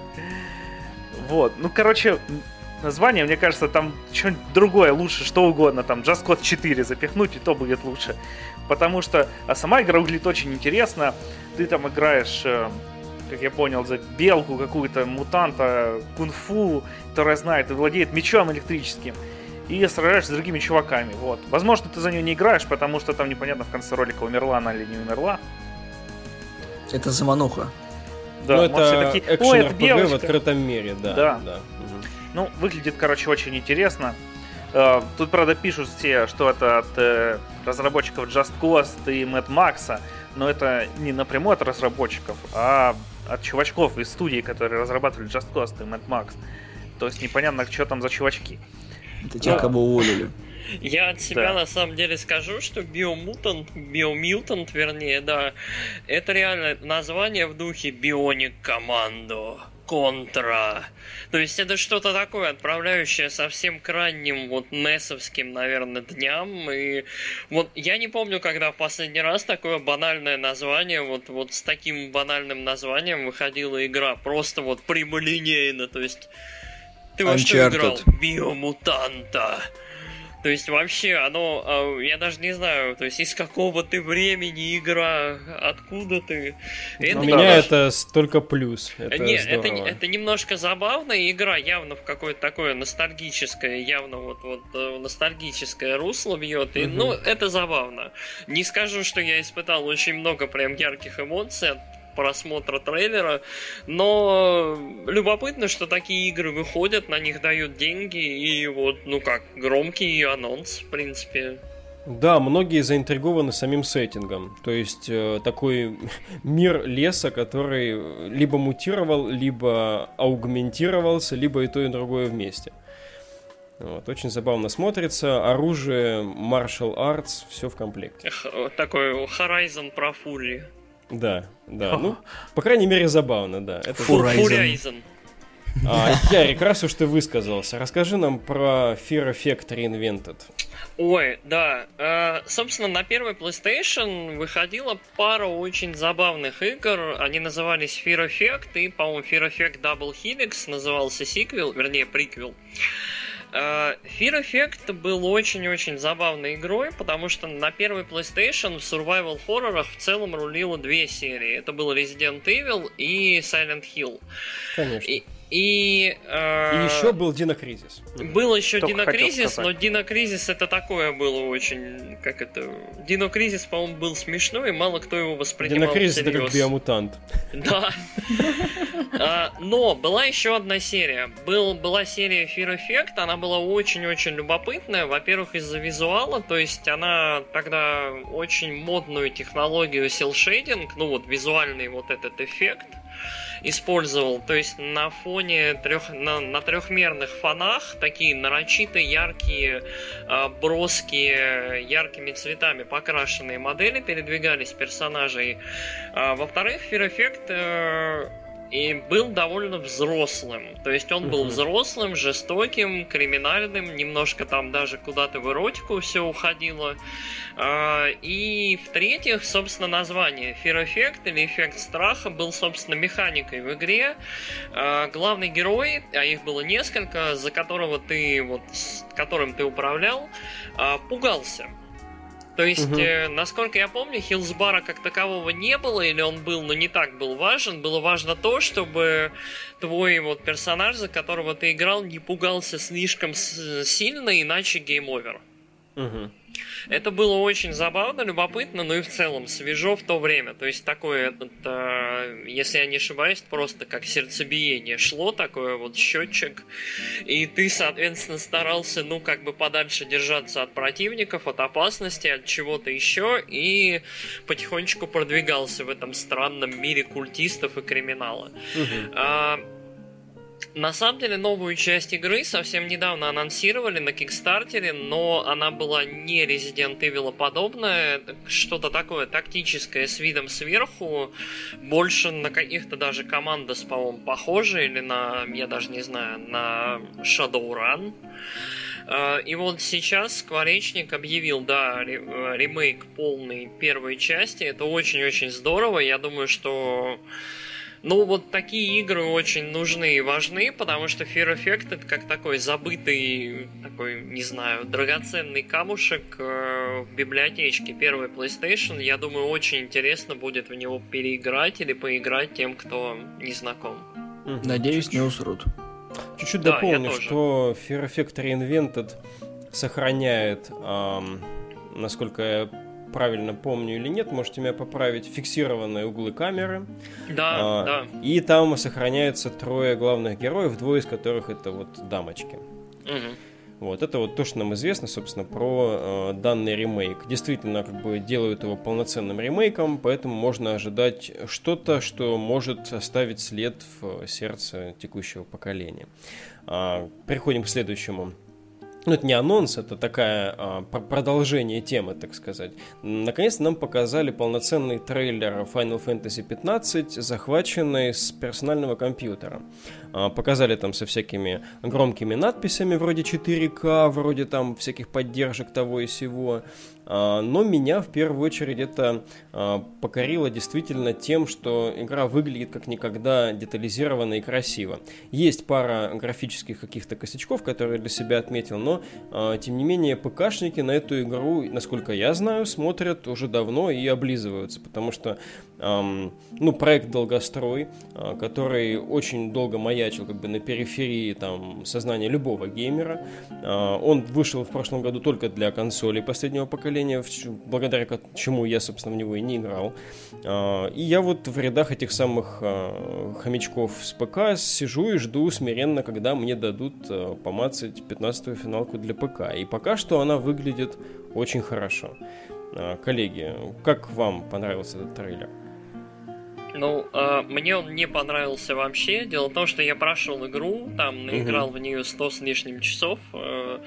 Вот, ну, короче, название, мне кажется, там что-нибудь другое лучше, что угодно, там Just Cause четыре запихнуть, и то будет лучше. Потому что, а сама игра выглядит очень интересно. Ты там играешь... как я понял, за белку какую-то, мутанта, кунг-фу, которая знает и владеет мечом электрическим, и сражаешься с другими чуваками, вот. Возможно, ты за нее не играешь, потому что там непонятно в конце ролика, умерла она или не умерла. Это замануха. Да, ну, это такие... экшен-эр пи джи в открытом мире, да. Да. да. Угу. Ну, выглядит, короче, очень интересно. Тут, правда, пишут все, что это от разработчиков Just Cause и Mad Max, но это не напрямую от разработчиков, а от чувачков из студии, которые разрабатывали Just Cause и Mad Max. То есть непонятно, что там за чувачки. Это те, кого уволили. Я от себя да. на самом деле скажу, что Biomutant, Biomutant, вернее, да, это реально название в духе Bionic Commando, Контра. То есть это что-то такое, отправляющее совсем к ранним вот несовским, наверное, дням. И вот я не помню, когда в последний раз такое банальное название, вот, вот с таким банальным названием выходила игра. Просто вот прямолинейно. То есть ты во что играл? Биомутанта. То есть вообще оно, я даже не знаю, то есть из какого ты времени игра, откуда ты. Это У меня немножко... это только плюс. Это не, это, это немножко забавная игра, явно в какое-то такое ностальгическое, явно вот, вот ностальгическое русло бьет. И, угу. Ну, это забавно. Не скажу, что я испытал очень много прям ярких эмоций от просмотра трейлера, но любопытно, что такие игры выходят, на них дают деньги, и вот, ну как, громкий анонс, в принципе. Да, многие заинтригованы самим сеттингом, то есть э, такой мир леса, который либо мутировал, либо аугментировался, либо и то, и другое вместе. Вот, очень забавно смотрится, оружие, martial arts, все в комплекте. Такой Horizon про Фури. Да, да, ну, по крайней мере, забавно, да. Это Фурайзен. А, Ярик, раз уж ты высказался, расскажи нам про Fear Effect Reinvented. Ой, да. Э, собственно, на первой PlayStation выходила пара очень забавных игр. Они назывались Fear Effect, и, по-моему, Fear Effect Double Helix назывался сиквел, вернее, приквел. Fear Effect был очень-очень забавной игрой, потому что на первой PlayStation в survival хоррорах в целом рулило две серии. Это был Resident Evil и Silent Hill. Конечно. И, и, э, и еще был Dino Crisis. Был еще Dino Crisis, но Dino Crisis это такое было очень... Как это... Dino Crisis, по-моему, был смешной, и мало кто его воспринимал Dino Crisis всерьез. это как биомутант. Да. Но была еще одна серия. Была серия Fear Effect, она была очень-очень любопытная. Во-первых, из-за визуала, то есть она тогда очень модную технологию селшейдинг, ну вот визуальный вот этот эффект использовал, то есть на фоне трех, на, на трехмерных фонах такие нарочито яркие, э, броские, яркими цветами покрашенные модели передвигались персонажей. А, во-вторых, Fear Effect э, и был довольно взрослым. То есть он был взрослым, жестоким, криминальным, немножко там даже куда-то в эротику все уходило. И в-третьих, собственно, название Fear Effect или эффект страха был, собственно, механикой в игре. Главный герой, а их было несколько, за которого ты, вот, с которым ты управлял, пугался. То есть, угу. э, насколько я помню, хилсбара как такового не было, или он был, но не так был важен. Было важно то, чтобы твой вот персонаж, за которого ты играл, не пугался слишком сильно, иначе гейм-овер. Угу. Это было очень забавно, любопытно, но и в целом свежо в то время. То есть такое, это, если я не ошибаюсь, просто как сердцебиение шло, такое вот счетчик. И ты, соответственно, старался, ну, как бы подальше держаться от противников, от опасности, от чего-то еще, и потихонечку продвигался в этом странном мире культистов и криминала. Угу. А, на самом деле, новую часть игры совсем недавно анонсировали на Кикстартере, но она была не Resident Evil подобная, что-то такое тактическое с видом сверху, больше на каких-то даже Командос, по-моему, похоже, или на, я даже не знаю, на Shadowrun. И вот сейчас Скворечник объявил, да, ремейк полный первой части. Это очень-очень здорово. Я думаю, что... Ну, вот такие игры очень нужны и важны, потому что Fear Effect — это как такой забытый, такой, не знаю, драгоценный камушек э, в библиотечке первой PlayStation. Я думаю, очень интересно будет в него переиграть или поиграть тем, кто не знаком. Надеюсь, не усрут. Чуть-чуть да, дополню, что Fear Effect Reinvented сохраняет, эм, насколько я правильно помню или нет, можете меня поправить, фиксированные углы камеры. Да, а, да. И там сохраняется трое главных героев, двое из которых это вот дамочки. Угу. Вот, это вот то, что нам известно, собственно, про э, данный ремейк. Действительно, как бы делают его полноценным ремейком, поэтому можно ожидать что-то, что может оставить след в сердце текущего поколения. А, переходим к следующему. Ну, это не анонс, это такая а, продолжение темы, так сказать. Наконец-то нам показали полноценный трейлер Final Fantasy пятнадцать, захваченный с персонального компьютера. А, показали там со всякими громкими надписями, вроде четыре ка, вроде там всяких поддержек того и сего. А, но меня в первую очередь это а, покорило действительно тем, что игра выглядит как никогда детализированно и красиво. Есть пара графических каких-то косячков, которые я для себя отметил, но тем не менее, ПКшники на эту игру, насколько я знаю, смотрят уже давно и облизываются, потому что эм, ну, проект долгострой, э, который очень долго маячил как бы на периферии там, сознания любого геймера. Э, он вышел в прошлом году только для консолей последнего поколения, благодаря чему я, собственно, в него и не играл. Э, и я вот в рядах этих самых э, хомячков с ПК сижу и жду смиренно, когда мне дадут э, помацать пятнадцатую финалку для ПК. И пока что она выглядит очень хорошо. Коллеги, как вам понравился этот трейлер? Ну, э, мне он не понравился вообще. Дело в том, что я прошел игру, там наиграл угу. в нее сто с лишним часов. Э,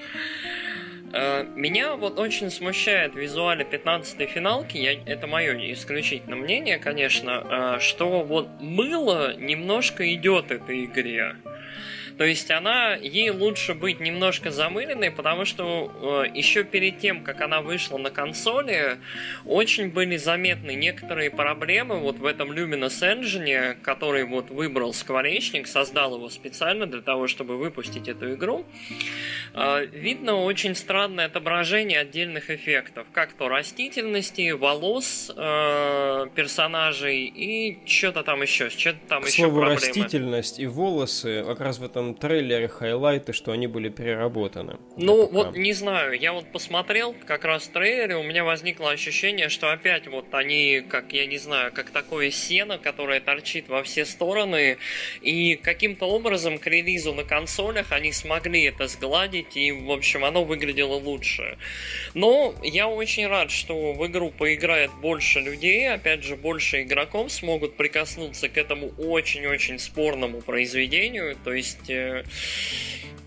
э, меня вот очень смущает в визуале пятнадцатой финалки, я, это мое исключительно мнение, конечно, э, что вот мыло немножко идет этой игре. То есть она, ей лучше быть немножко замыленной, потому что э, еще перед тем, как она вышла на консоли, очень были заметны некоторые проблемы вот в этом Luminous Engine, который вот выбрал Скворечник, создал его специально для того, чтобы выпустить эту игру. Э, видно очень странное отображение отдельных эффектов, как то растительности, волос э, персонажей и что-то там еще, что-то там К еще слову, проблемы. Растительность и волосы как раз в этом трейлере хайлайты, что они были переработаны. Ну, вот не знаю, я вот посмотрел как раз в трейлере, у меня возникло ощущение, что опять вот они, как, я не знаю, как такое сено, которое торчит во все стороны, и каким-то образом к релизу на консолях они смогли это сгладить, и, в общем, оно выглядело лучше. Но я очень рад, что в игру поиграет больше людей, опять же, больше игроков смогут прикоснуться к этому очень-очень спорному произведению, то есть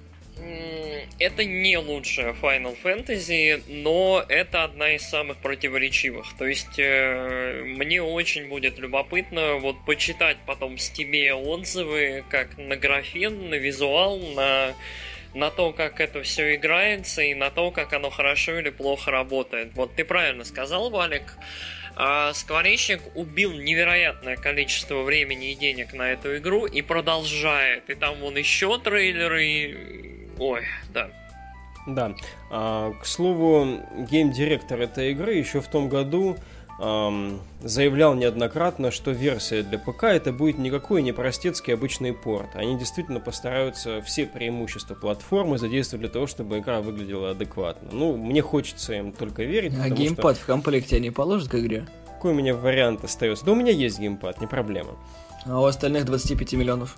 Это не лучшая Final Fantasy, но это одна из самых противоречивых. То есть э, мне очень будет любопытно вот почитать потом в Steam отзывы как на графен, на визуал, на, на то, как это все играется и на то, как оно хорошо или плохо работает. Вот ты правильно сказал, Валик. А Скворечник убил невероятное количество времени и денег на эту игру и продолжает. И там вон еще трейлеры. Ой, да. Да. А, к слову, гейм-директор этой игры еще в том году эм, заявлял неоднократно, что версия для ПК это будет никакой не простецкий обычный порт. Они действительно постараются все преимущества платформы задействовать для того, чтобы игра выглядела адекватно. Ну, мне хочется им только верить. А геймпад что... в комплекте они положат к игре? Какой у меня вариант остается? Да у меня есть геймпад, не проблема. А у остальных двадцать пять миллионов?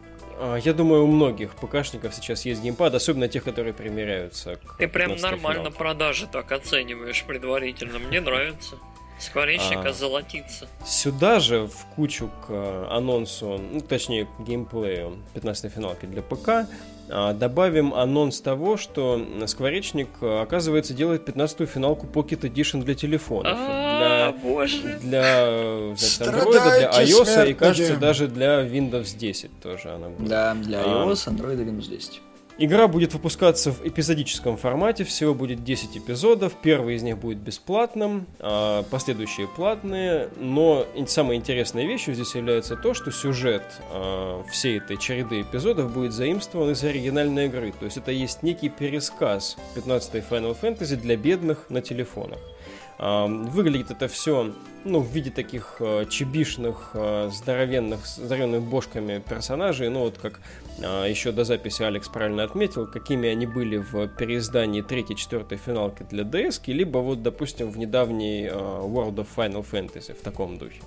Я думаю, у многих ПКшников сейчас есть геймпад, особенно тех, которые примеряются к Ты прям нормально финалу. Продажи так оцениваешь предварительно. Мне нравится. Скворечник а, золотится. Сюда же в кучу к анонсу, ну, точнее, к геймплею пятнадцатой финалки для ПК добавим анонс того, что Скворечник, оказывается, делает пятнадцатую финалку Pocket Edition для телефонов. А, для, боже. Для, значит, Android, для iOS и, кажется, даже для Windows десять тоже она будет. Да, для iOS, Android и Windows десять. Игра будет выпускаться в эпизодическом формате, всего будет десять эпизодов, первый из них будет бесплатным, а последующие платные, но самой интересной вещью здесь является то, что сюжет а, всей этой череды эпизодов будет заимствован из оригинальной игры, то есть это есть некий пересказ пятнадцатой Final Fantasy для бедных на телефонах. А, выглядит это все, ну, в виде таких а, чебишных, а, здоровенных, здоровенных бошками персонажей, ну, вот как а, еще до записи Алекс правильно отметил, какими они были в переиздании третьей, четвертой финалки для ди эс, либо вот, допустим, в недавней а, World of Final Fantasy, в таком духе.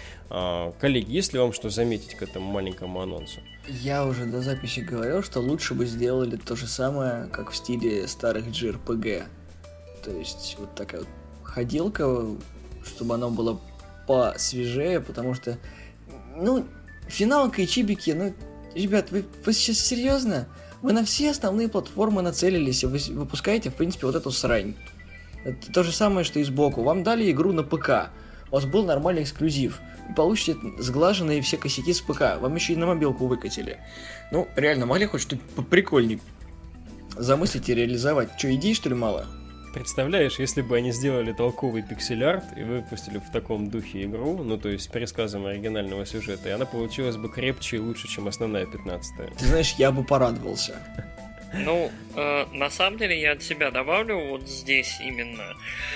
А, коллеги, есть ли вам что заметить к этому маленькому анонсу? Я уже до записи говорил, что лучше бы сделали то же самое, как в стиле старых джей ар пи джи. То есть вот такая вот ходилка, чтобы оно было посвежее, потому что, ну, финалка и чибики, ну, ребят, вы, вы сейчас серьезно? Вы на все основные платформы нацелились, и вы выпускаете, в принципе, вот эту срань. Это то же самое, что и сбоку. Вам дали игру на ПК, у вас был нормальный эксклюзив, и получите сглаженные все косяки с ПК, вам еще и на мобилку выкатили. Ну, реально, могли хоть что-то поприкольней замыслить и реализовать? Че, идей, что ли, мало? Представляешь, если бы они сделали толковый пиксель-арт и выпустили в таком духе игру, ну, то есть с пересказом оригинального сюжета, и она получилась бы крепче и лучше, чем основная пятнадцатая. Ты знаешь, я бы порадовался. Ну, э, на самом деле я от себя добавлю вот здесь именно.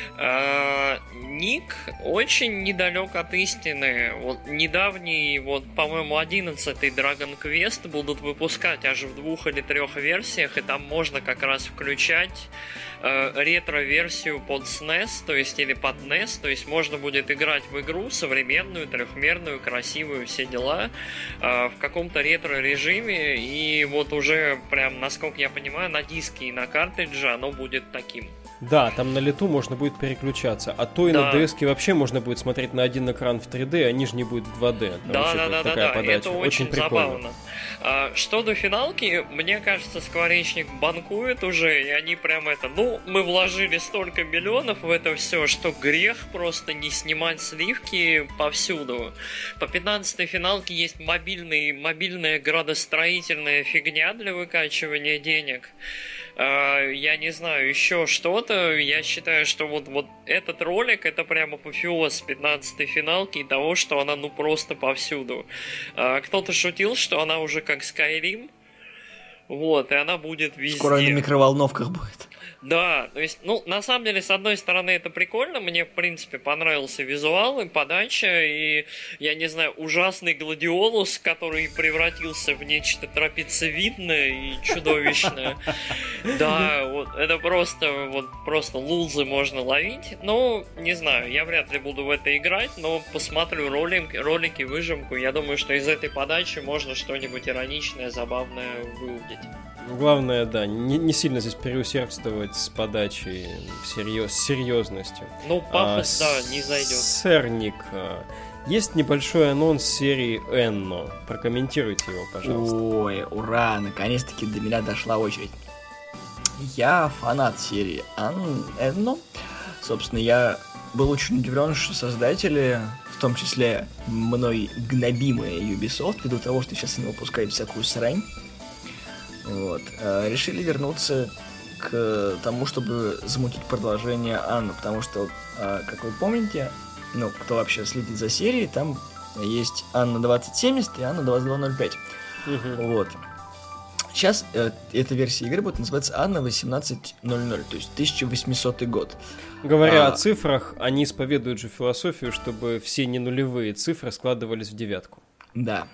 Э, Ник очень недалек от истины. Вот недавний, вот, по-моему, одиннадцатый Dragon Quest будут выпускать аж в двух или трех версиях, и там можно как раз включать э, ретро-версию под эс эн и эс, то есть или под эн и эс, то есть можно будет играть в игру современную, трехмерную, красивую, все дела, э, в каком-то ретро-режиме, и вот уже прям, насколько я понимаю, на диске и на картридже оно будет таким. Да, там на лету можно будет переключаться, а то и да. на ди эс-ке вообще можно будет смотреть на один экран в три дэ, а нижний будет в два дэ. Там да, да, да, да, да, это очень, очень забавно. А, что до финалки, мне кажется, Скворечник банкует уже, и они прям это, ну, мы вложили столько миллионов в это все, что грех просто не снимать сливки повсюду. По пятнадцатой финалке есть мобильный, мобильная градостроительная фигня для выкачивания денег. Я не знаю, еще что-то. Я считаю, что вот, вот этот ролик это прям апофеоз пятнадцатой финалки и того, что она ну просто повсюду. Кто-то шутил, что она уже как Skyrim. Вот, и она будет везде. Скоро на микроволновках будет. Да, то есть, ну, на самом деле, с одной стороны, это прикольно, мне, в принципе, понравился визуал и подача, и, я не знаю, ужасный гладиолус, который превратился в нечто трапециевидное и чудовищное. Да, вот, это просто, вот, просто лузы можно ловить. Ну, не знаю, я вряд ли буду в это играть, но посмотрю ролик, ролики, выжимку, я думаю, что из этой подачи можно что-нибудь ироничное, забавное выудить. Главное, да, не, не сильно здесь переусердствовать с подачей, серьез, с серьезностью. Ну, пафос, а, да, не зайдет. Сэр Ник, Есть небольшой анонс серии Энно. Прокомментируйте его, пожалуйста. Ой, ура, наконец-таки до меня дошла очередь. Я фанат серии Ан- Энно. Собственно, я был очень удивлен, что создатели, в том числе мной гнобимые Ubisoft, ввиду того, что сейчас они выпускают всякую срань, вот, решили вернуться к тому, чтобы замутить продолжение Анны, потому что, как вы помните, ну, кто вообще следит за серией, там есть Анна двадцать семьдесят и Анна двадцать два ноль пять. Угу. Вот. Сейчас э, эта версия игры будет называться Анна восемнадцать ноль ноль, то есть тысяча восьмисотый год. Говоря а... о цифрах, они исповедуют же философию, чтобы все ненулевые цифры складывались в девятку. Да,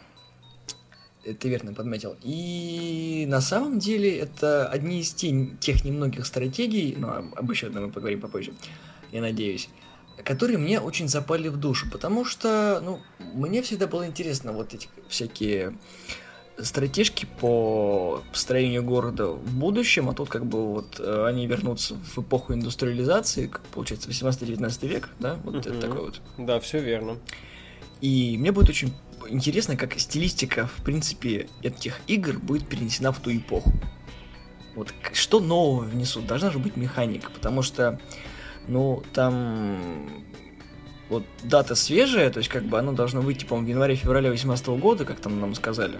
ты верно подметил. И на самом деле это одни из тех немногих стратегий, ну, об еще одном мы поговорим попозже, я надеюсь, которые мне очень запали в душу, потому что, ну, мне всегда было интересно вот эти всякие стратежки по построению города в будущем, а тут как бы вот они вернутся в эпоху индустриализации, как получается восемнадцатый-девятнадцатый век, да, вот uh-huh. это такое вот. Да, все верно. И мне будет очень интересно, как стилистика, в принципе, этих игр будет перенесена в ту эпоху. Вот что нового внесут? Должна же быть механика, потому что, ну, там вот дата свежая, то есть как бы оно должно выйти, по-моему, в январе-феврале восемнадцатого года, как там нам сказали.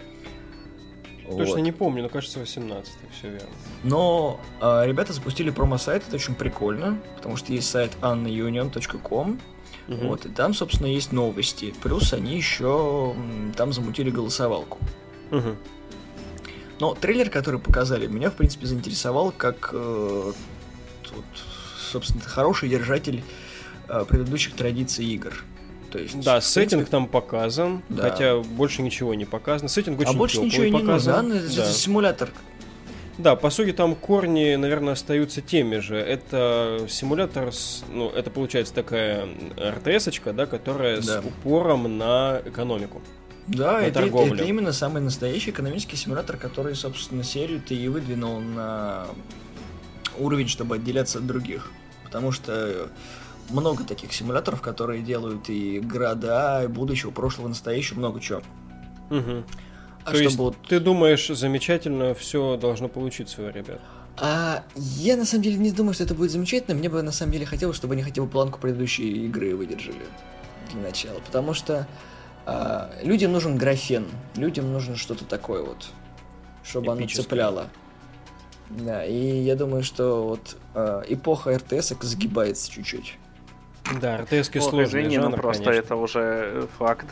Точно вот. Не помню, но кажется восемнадцатый, все верно. Но э, ребята запустили промо-сайт, это очень прикольно, потому что есть сайт анна юнион точка ком, угу. вот, и там, собственно, есть новости. Плюс они еще там замутили голосовалку. Угу. Но трейлер, который показали, меня, в принципе, заинтересовал как, э, тут, собственно, хороший держатель э, предыдущих традиций игр. То есть, да, сеттинг принципе, там показан, да. Хотя больше ничего не показано. Сеттинг очень а больше ничего не показан. нужно, да? Это симулятор. Да, по сути, там корни, наверное, остаются теми же. Это симулятор, с, ну, это получается такая эр тэ эс-очка, да, которая да. с упором на экономику. Да, это, это, это именно самый настоящий экономический симулятор, который, собственно, серию-то и выдвинул на уровень, чтобы отделяться от других. Потому что много таких симуляторов, которые делают и города, и будущего, прошлого, настоящего, много чего. Угу. А То есть вот... ты думаешь, замечательно все должно получиться у ребят? А я на самом деле не думаю, что это будет замечательно. Мне бы на самом деле хотелось, чтобы они хотя бы планку предыдущей игры выдержали для начала. Потому что а, людям нужен графен, людям нужно что-то такое вот, чтобы оно цепляло. Да, и я думаю, что вот а, эпоха эр тэ эс-ок загибается чуть-чуть. Да, эр тэ эс-ки вот, сложный извини, жанр, ну просто конечно. Это уже факт.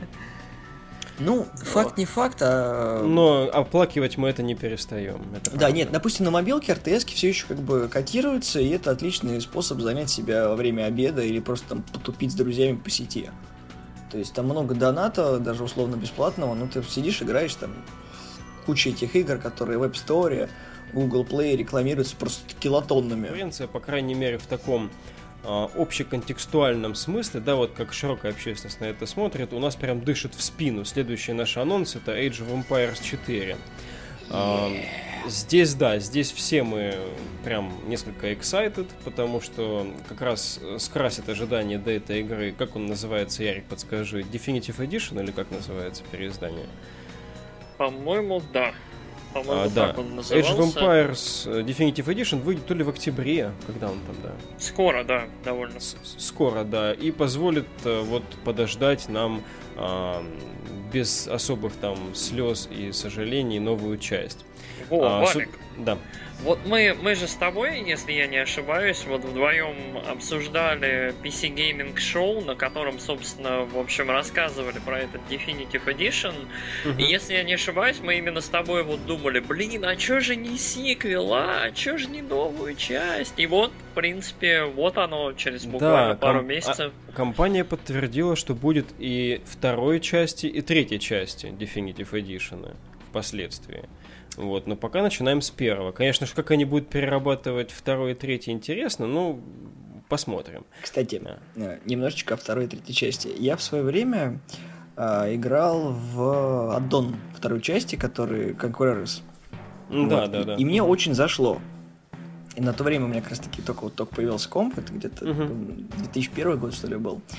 Ну, факт не факт, а... Но оплакивать мы это не перестаем. Это да, нет, допустим, на мобилке эр тэ эс-ки все еще как бы котируются, и это отличный способ занять себя во время обеда или просто там потупить с друзьями по сети. То есть там много доната, даже условно бесплатного, но ты сидишь, играешь там куча этих игр, которые в App Store, Google Play рекламируются просто килотоннами. Конкуренция, по крайней мере, в таком а, общеконтекстуальном смысле, да, вот как широкая общественность на это смотрит, у нас прям дышит в спину. Следующий наш анонс — это Age of Empires четыре. А, здесь, да, здесь все мы прям несколько excited, потому что как раз скрасит ожидание до этой игры. Как он называется, Ярик, подскажи? Definitive Edition или как называется переиздание? По-моему, да. По-моему, а, да. так он назывался. Age of Empires Definitive Edition выйдет то ли в октябре, когда он там, да? Скоро, да, довольно. С- скоро, да, и позволит вот подождать нам а, без особых там слез и сожалений новую часть. О, а, Валик, су- да. Вот мы, мы же с тобой, если я не ошибаюсь, вот вдвоем обсуждали пи си Gaming Show, на котором, собственно, в общем, рассказывали про этот Definitive Edition. Uh-huh. И если я не ошибаюсь, мы именно с тобой вот думали, блин, а чё же не сиквел, а чё же не новую часть? И вот, в принципе, вот оно через буквально да, пару ком- месяцев. А- компания подтвердила, что будет и второй части, и третьей части Definitive Edition впоследствии. Вот, но пока начинаем с первого. Конечно же, как они будут перерабатывать второй и третий, интересно, ну, посмотрим. Кстати, да. немножечко о второй и третьей части. Я в свое время э, играл в аддон второй части, который Conquerors. Да, вот. да, и, да. И мне очень зашло. И на то время у меня как раз таки только, вот, только появился комп, это где-то uh-huh. две тысячи первый год, что ли, был.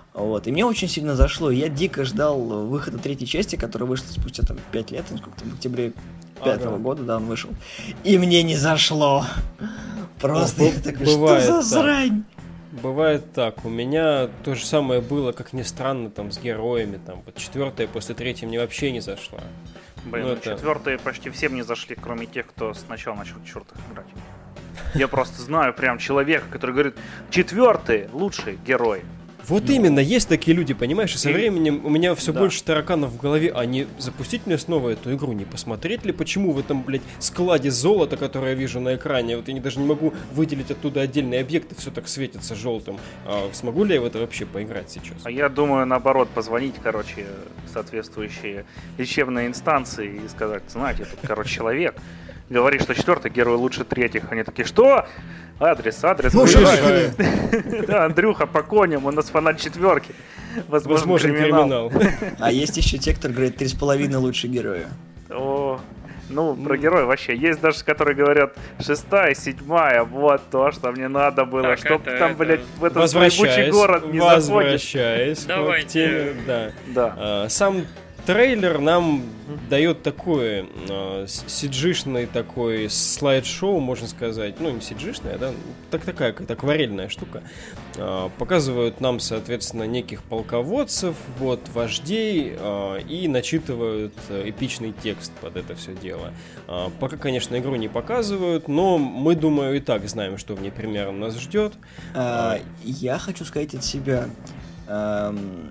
Вот. И мне очень сильно зашло. Я дико ждал выхода третьей части, которая вышла спустя там пять лет, сколько там, в октябре пятого ага. года, да, он вышел. И мне не зашло. Просто я такой, что за срань? Бывает так. У меня то же самое было, как ни странно, там, с героями. Там, вот четвертая после третьей мне вообще не зашла. Блин, ну, это... четвертые почти всем не зашли, кроме тех, кто сначала начал чертов играть. Я просто знаю прям человека, который говорит, четвертый лучший герой. Вот ну. именно, есть такие люди, понимаешь, и со и... временем у меня все да. больше тараканов в голове, а не запустить мне снова эту игру, не посмотреть ли, почему в этом, блядь, складе золота, которое я вижу на экране, вот я даже не могу выделить оттуда отдельные объекты, все так светится желтым. А смогу ли я в это вообще поиграть сейчас? А я думаю, наоборот, позвонить, короче, соответствующие лечебные инстанции и сказать, знаете, тут, короче, человек говорит, что четвертый герой лучше третьих. Они такие, что? Адрес, адрес. Да, Андрюха, по коням, у нас фанат четверки. Возможно, криминал. А есть еще те, кто говорит, три с половиной лучше героя. О, ну, про героя вообще. Есть даже, которые говорят, шестая, седьмая, вот то, что мне надо было, чтоб там, блядь, в этот ебучий город не заходить. Возвращаясь к теме, да. Сам трейлер нам дает такое э, си джи-шный такой слайд-шоу, можно сказать, ну не си джи-шное, да, так, такая как акварельная штука. Э, показывают нам, соответственно, неких полководцев, вот, вождей э, и начитывают эпичный текст под это все дело. Э, пока, конечно, игру не показывают, но мы, думаю, и так знаем, что в ней примерно нас ждет. А, я хочу сказать от себя... Эм...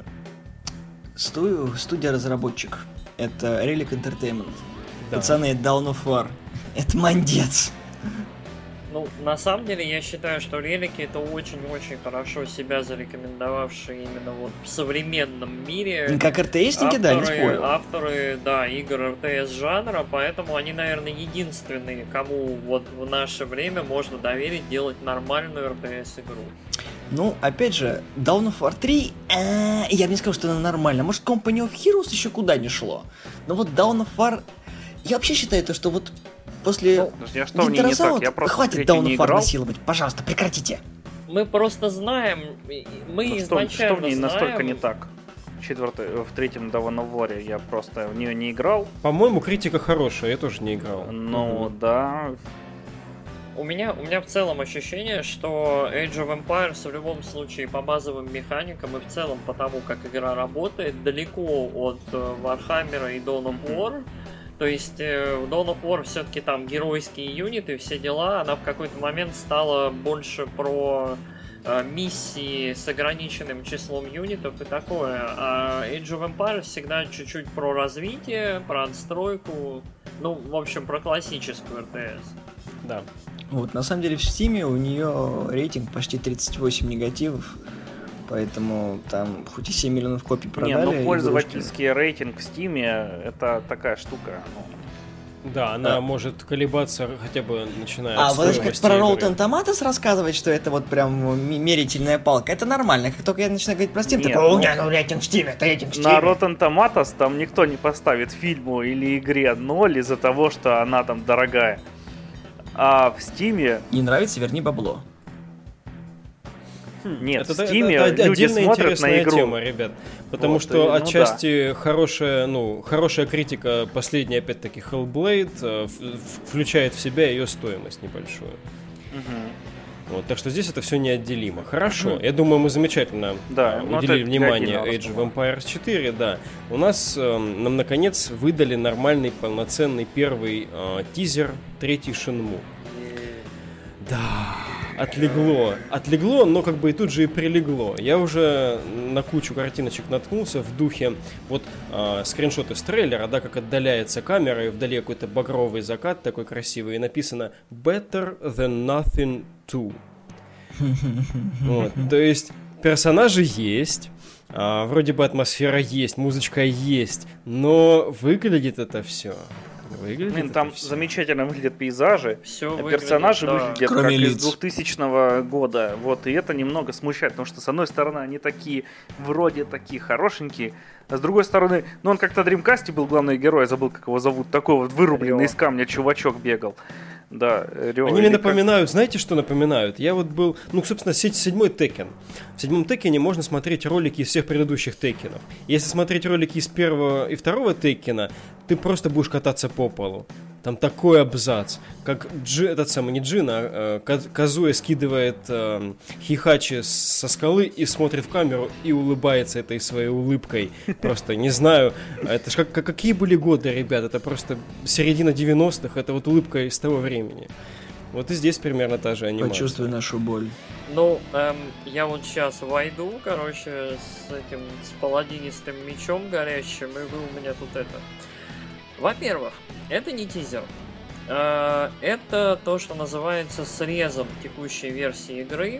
Студия-разработчик. Это Relic Entertainment. Да. Пацаны, Dawn of War. Это мандец. Ну, на самом деле, я считаю, что Relic это очень-очень хорошо себя зарекомендовавшие именно вот в современном мире. Как эр ти эсники, да, не спорю. Авторы, да, игр эр ти эс жанра, поэтому они, наверное, единственные, кому вот в наше время можно доверить делать нормальную эр ти эс игру. Ну, опять же, Dawn of War три, э, я бы не сказал, что она нормальная. Может, Company of Heroes еще куда не шло. Но вот Dawn of War... Я вообще считаю то, что вот после... Ну, я что в ней не так? Я просто хватит Dawn of War насиловать. Пожалуйста, прекратите. Мы просто знаем... Мы ну, изначально что, что в ней знаем... настолько не так? Четвертый, в третьем Dawn of War я просто в нее не играл. По-моему, критика хорошая, я тоже не играл. Ну, угу. да... У меня, у меня в целом ощущение, что Age of Empires в любом случае по базовым механикам и в целом по тому, как игра работает, далеко от Warhammer и Dawn of War. То есть в Dawn of War все-таки там геройские юниты, все дела. Она в какой-то момент стала больше про э, миссии с ограниченным числом юнитов и такое. А Age of Empires всегда чуть-чуть про развитие, про отстройку. Ну, в общем, про классическую эр ти эс. Да. Вот, на самом деле в Steam у нее рейтинг почти тридцать восемь негативов, поэтому там хоть и семь миллионов копий продали. Не, ну пользовательский игрушки. Рейтинг в Steam это такая штука. Да, она да. может колебаться хотя бы начиная а, от стоимости. А, вот как про Rotten Tomatoes рассказывать, что это вот прям мерительная палка, это нормально. Как только я начинаю говорить про Steam, Нет, такой, у меня ну, рейтинг в Steam, это рейтинг в Steam. На Rotten Tomatoes там никто не поставит фильму или игре ноль из-за того, что она там дорогая. А в Стиме... Не нравится, верни бабло. Нет, это, в Стиме это, это люди смотрят на игру. Тема, ребят. Потому вот, что и, ну, отчасти да. хорошая, ну, хорошая критика, последняя, опять-таки, Hellblade, включает в себя ее стоимость небольшую. Угу. Вот, так что здесь это все неотделимо. Хорошо, угу. я думаю, мы замечательно да, уделили внимание Age of Empires четыре, да. У нас э, нам, наконец, выдали нормальный, полноценный первый э, тизер третий Shenmue. Да, отлегло. Отлегло, но как бы и тут же и прилегло. Я уже на кучу картиночек наткнулся в духе вот э, скриншоты с трейлера, да, как отдаляется камера, и вдали какой-то багровый закат такой красивый, и написано «Better than nothing two». Вот, то есть персонажи есть, а, вроде бы атмосфера есть, музычка есть, но выглядит это все. Выглядит Блин, это там все. замечательно выглядят пейзажи, все а выглядит, персонажи да. выглядят Кроме как лиц. из двухтысячного года. Вот, и это немного смущает, потому что с одной стороны они такие, вроде такие хорошенькие, а с другой стороны, ну он как-то в Dreamcast был главный герой, я забыл, как его зовут, такой вот вырубленный из камня чувачок бегал. Да, Рё, Они мне напоминают, как... знаете, что напоминают? Я вот был, ну, собственно, седьмой Tekken. В седьмом Теккене можно смотреть ролики из всех предыдущих Теккенов. Если смотреть ролики из первого и второго Теккена, ты просто будешь кататься по полу. Там такой абзац, как Джи, этот самый, не Джин, а э, Казуя скидывает э, Хихачи со скалы и смотрит в камеру и улыбается этой своей улыбкой. Просто не знаю, это ж как, как, какие были годы, ребят, это просто середина девяностых, это вот улыбка из того времени. Вот и здесь примерно та же анимация. Почувствуй нашу боль. Ну, эм, я вот сейчас войду, короче, с этим, с паладинистым мечом горящим, и вы у меня тут это... Во-первых, это не тизер. Это то, что называется срезом текущей версии игры.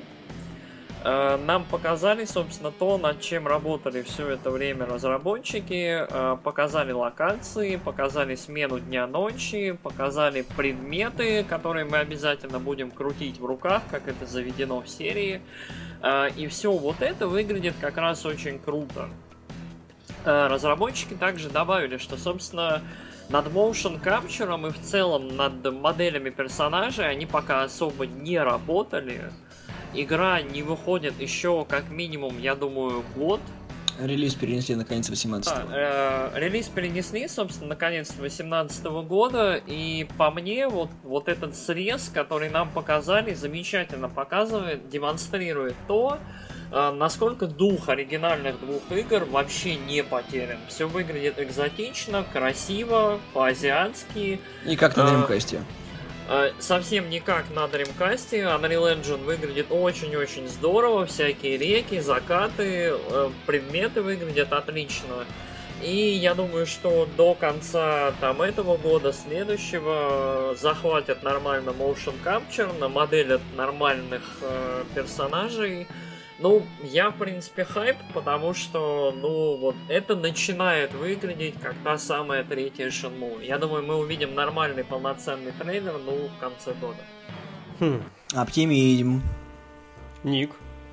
Нам показали, собственно, то, над чем работали все это время разработчики. Показали локации, показали смену дня-ночи, показали предметы, которые мы обязательно будем крутить в руках, как это заведено в серии. И все вот это выглядит как раз очень круто. Разработчики также добавили, что, собственно, над motion capture и в целом над моделями персонажей они пока особо не работали. Игра не выходит еще как минимум, я думаю, год. Релиз перенесли на конец восемнадцатого. Да, э, релиз перенесли, собственно, на конец восемнадцатого года. И по мне, вот, вот этот срез, который нам показали, замечательно показывает, демонстрирует то, насколько дух оригинальных двух игр вообще не потерян. Все выглядит экзотично, красиво, по-азиатски. И как на Dreamcast. Совсем не как на Dreamcast. Unreal Engine выглядит очень-очень здорово. Всякие реки, закаты, предметы выглядят отлично. И я думаю, что до конца там этого года, следующего, захватят нормально motion capture, намоделят нормальных э, персонажей. Ну, я, в принципе, хайп, потому что, ну, вот это начинает выглядеть как та самая третья Shenmue. Я думаю, мы увидим нормальный, полноценный трейлер, ну, в конце года. Хм. Оптимизм. Ник.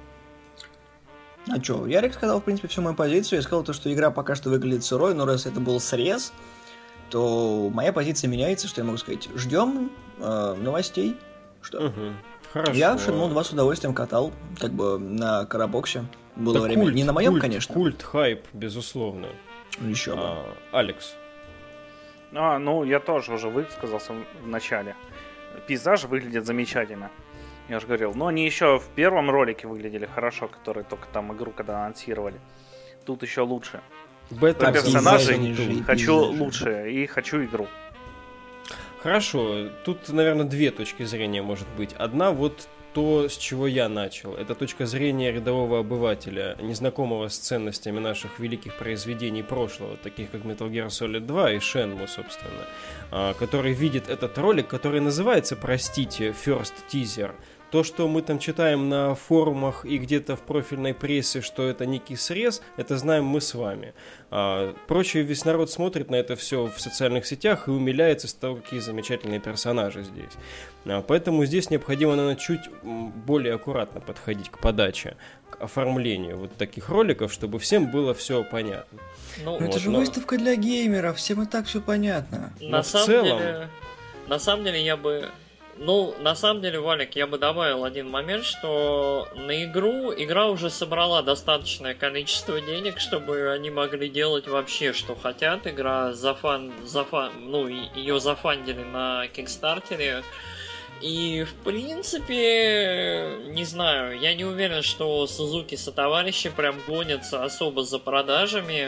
А чё, Ярик сказал, в принципе, всю мою позицию. Я сказал то, что игра пока что выглядит сырой, но раз это был срез, то моя позиция меняется, что я могу сказать. Ждем э, новостей. Что? Угу. Хорошо. Я Shenmue два с удовольствием катал, как бы на карабоксе. Было да время. Культ, Не на моем, культ, конечно. Культ, хайп, безусловно. Еще бы. А, Алекс. А, ну, я тоже уже высказался в начале. Пейзаж выглядит замечательно. Я же говорил. Но они еще в первом ролике выглядели хорошо, которые только там игру когда анонсировали. Тут еще лучше. Бета персонажей хочу лучше и хочу игру. Хорошо, тут, наверное, две точки зрения может быть. Одна вот то, с чего я начал. Это точка зрения рядового обывателя, незнакомого с ценностями наших великих произведений прошлого, таких как Metal Gear Solid два и Shenmue, собственно, который видит этот ролик, который называется, простите, First Teaser. То, что мы там читаем на форумах и где-то в профильной прессе, что это некий срез, это знаем мы с вами. А, прочий весь народ смотрит на это все в социальных сетях и умиляется с того, какие замечательные персонажи здесь. А, поэтому здесь необходимо, наверное, чуть более аккуратно подходить к подаче, к оформлению вот таких роликов, чтобы всем было все понятно. Ну, вот, это же но... выставка для геймеров, всем и так все понятно. На но самом в целом... деле, на самом деле я бы... Ну, на самом деле, Валик, я бы добавил один момент, что на игру игра уже собрала достаточное количество денег, чтобы они могли делать вообще, что хотят. Игра зафан... зафан... ну, ее зафандили на Кикстартере. И, в принципе, не знаю, я не уверен, что Сузуки сотоварищи прям гонятся особо за продажами.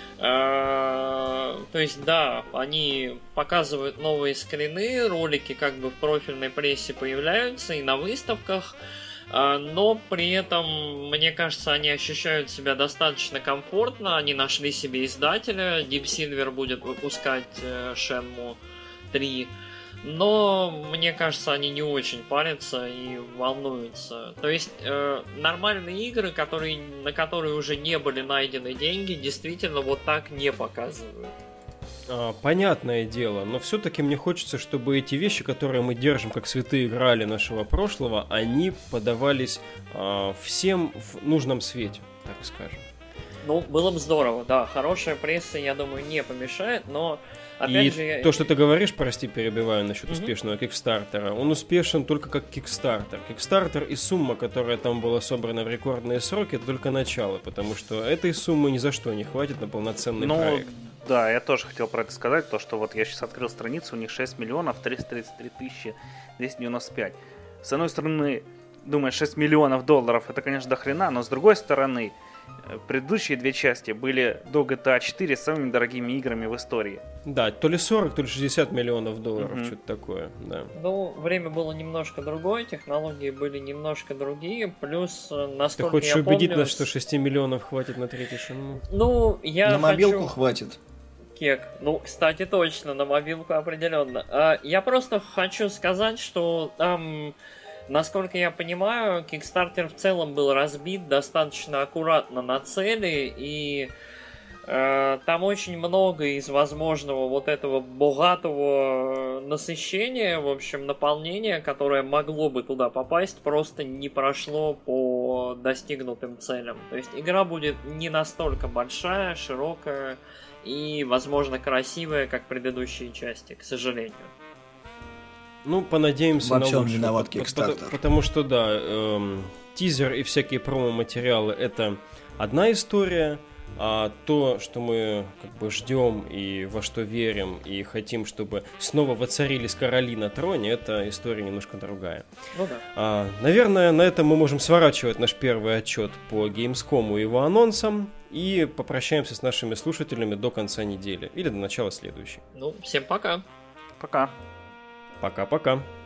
То есть, да, они показывают новые скрины, ролики как бы в профильной прессе появляются и на выставках, но при этом, мне кажется, они ощущают себя достаточно комфортно, они нашли себе издателя, Deep Silver будет выпускать Shenmue три. Но, мне кажется, они не очень парятся и волнуются. То есть, э, нормальные игры, которые, на которые уже не были найдены деньги, действительно вот так не показывают. А, понятное дело, но все-таки мне хочется, чтобы эти вещи, которые мы держим как святые грали нашего прошлого, они подавались а, всем в нужном свете, так скажем. Ну, было бы здорово, да. Хорошая пресса, я думаю, не помешает, но... Опять и же, я... то, что ты говоришь, прости, перебиваю насчет Мгм. успешного Кикстартера, он успешен только как Кикстартер. Кикстартер и сумма, которая там была собрана в рекордные сроки, это только начало, потому что этой суммы ни за что не хватит на полноценный Ну, проект. да, я тоже хотел про это сказать, то, что вот я сейчас открыл страницу, у них шесть миллионов триста тридцать три тысячи двести девяносто пять. С одной стороны, думаешь, шесть миллионов долларов, это, конечно, до хрена, но с другой стороны, предыдущие две части были до джи ти эй четыре самыми дорогими играми в истории. Да, то ли сорок, то ли шестьдесят миллионов долларов, Мгм. что-то такое, да. Ну, время было немножко другое, технологии были немножко другие, плюс, э, Ты насколько хочешь я убедить помню... нас, что шести миллионов хватит на третий Шенму? Ну, я На мобилку хочу... хватит. Кек. Ну, кстати, точно, на мобилку определенно. А, я просто хочу сказать, что там, насколько я понимаю, Kickstarter в целом был разбит достаточно аккуратно на цели, и э, там очень много из возможного вот этого богатого насыщения, в общем, наполнения, которое могло бы туда попасть, просто не прошло по достигнутым целям. То есть игра будет не настолько большая, широкая и, возможно, красивая, как предыдущие части, к сожалению. Ну, понадеемся Во на всем лучшее. виноват Пот- пот- Kickstarter. Потому что, да, эм, тизер и всякие промо-материалы — это одна история, а то, что мы как бы ждем и во что верим, и хотим, чтобы снова воцарились короли на троне, это история немножко другая. Ну да. А, наверное, на этом мы можем сворачивать наш первый отчет по Gamescom и его анонсам и попрощаемся с нашими слушателями до конца недели или до начала следующей. Ну, всем пока. Пока. Пока-пока.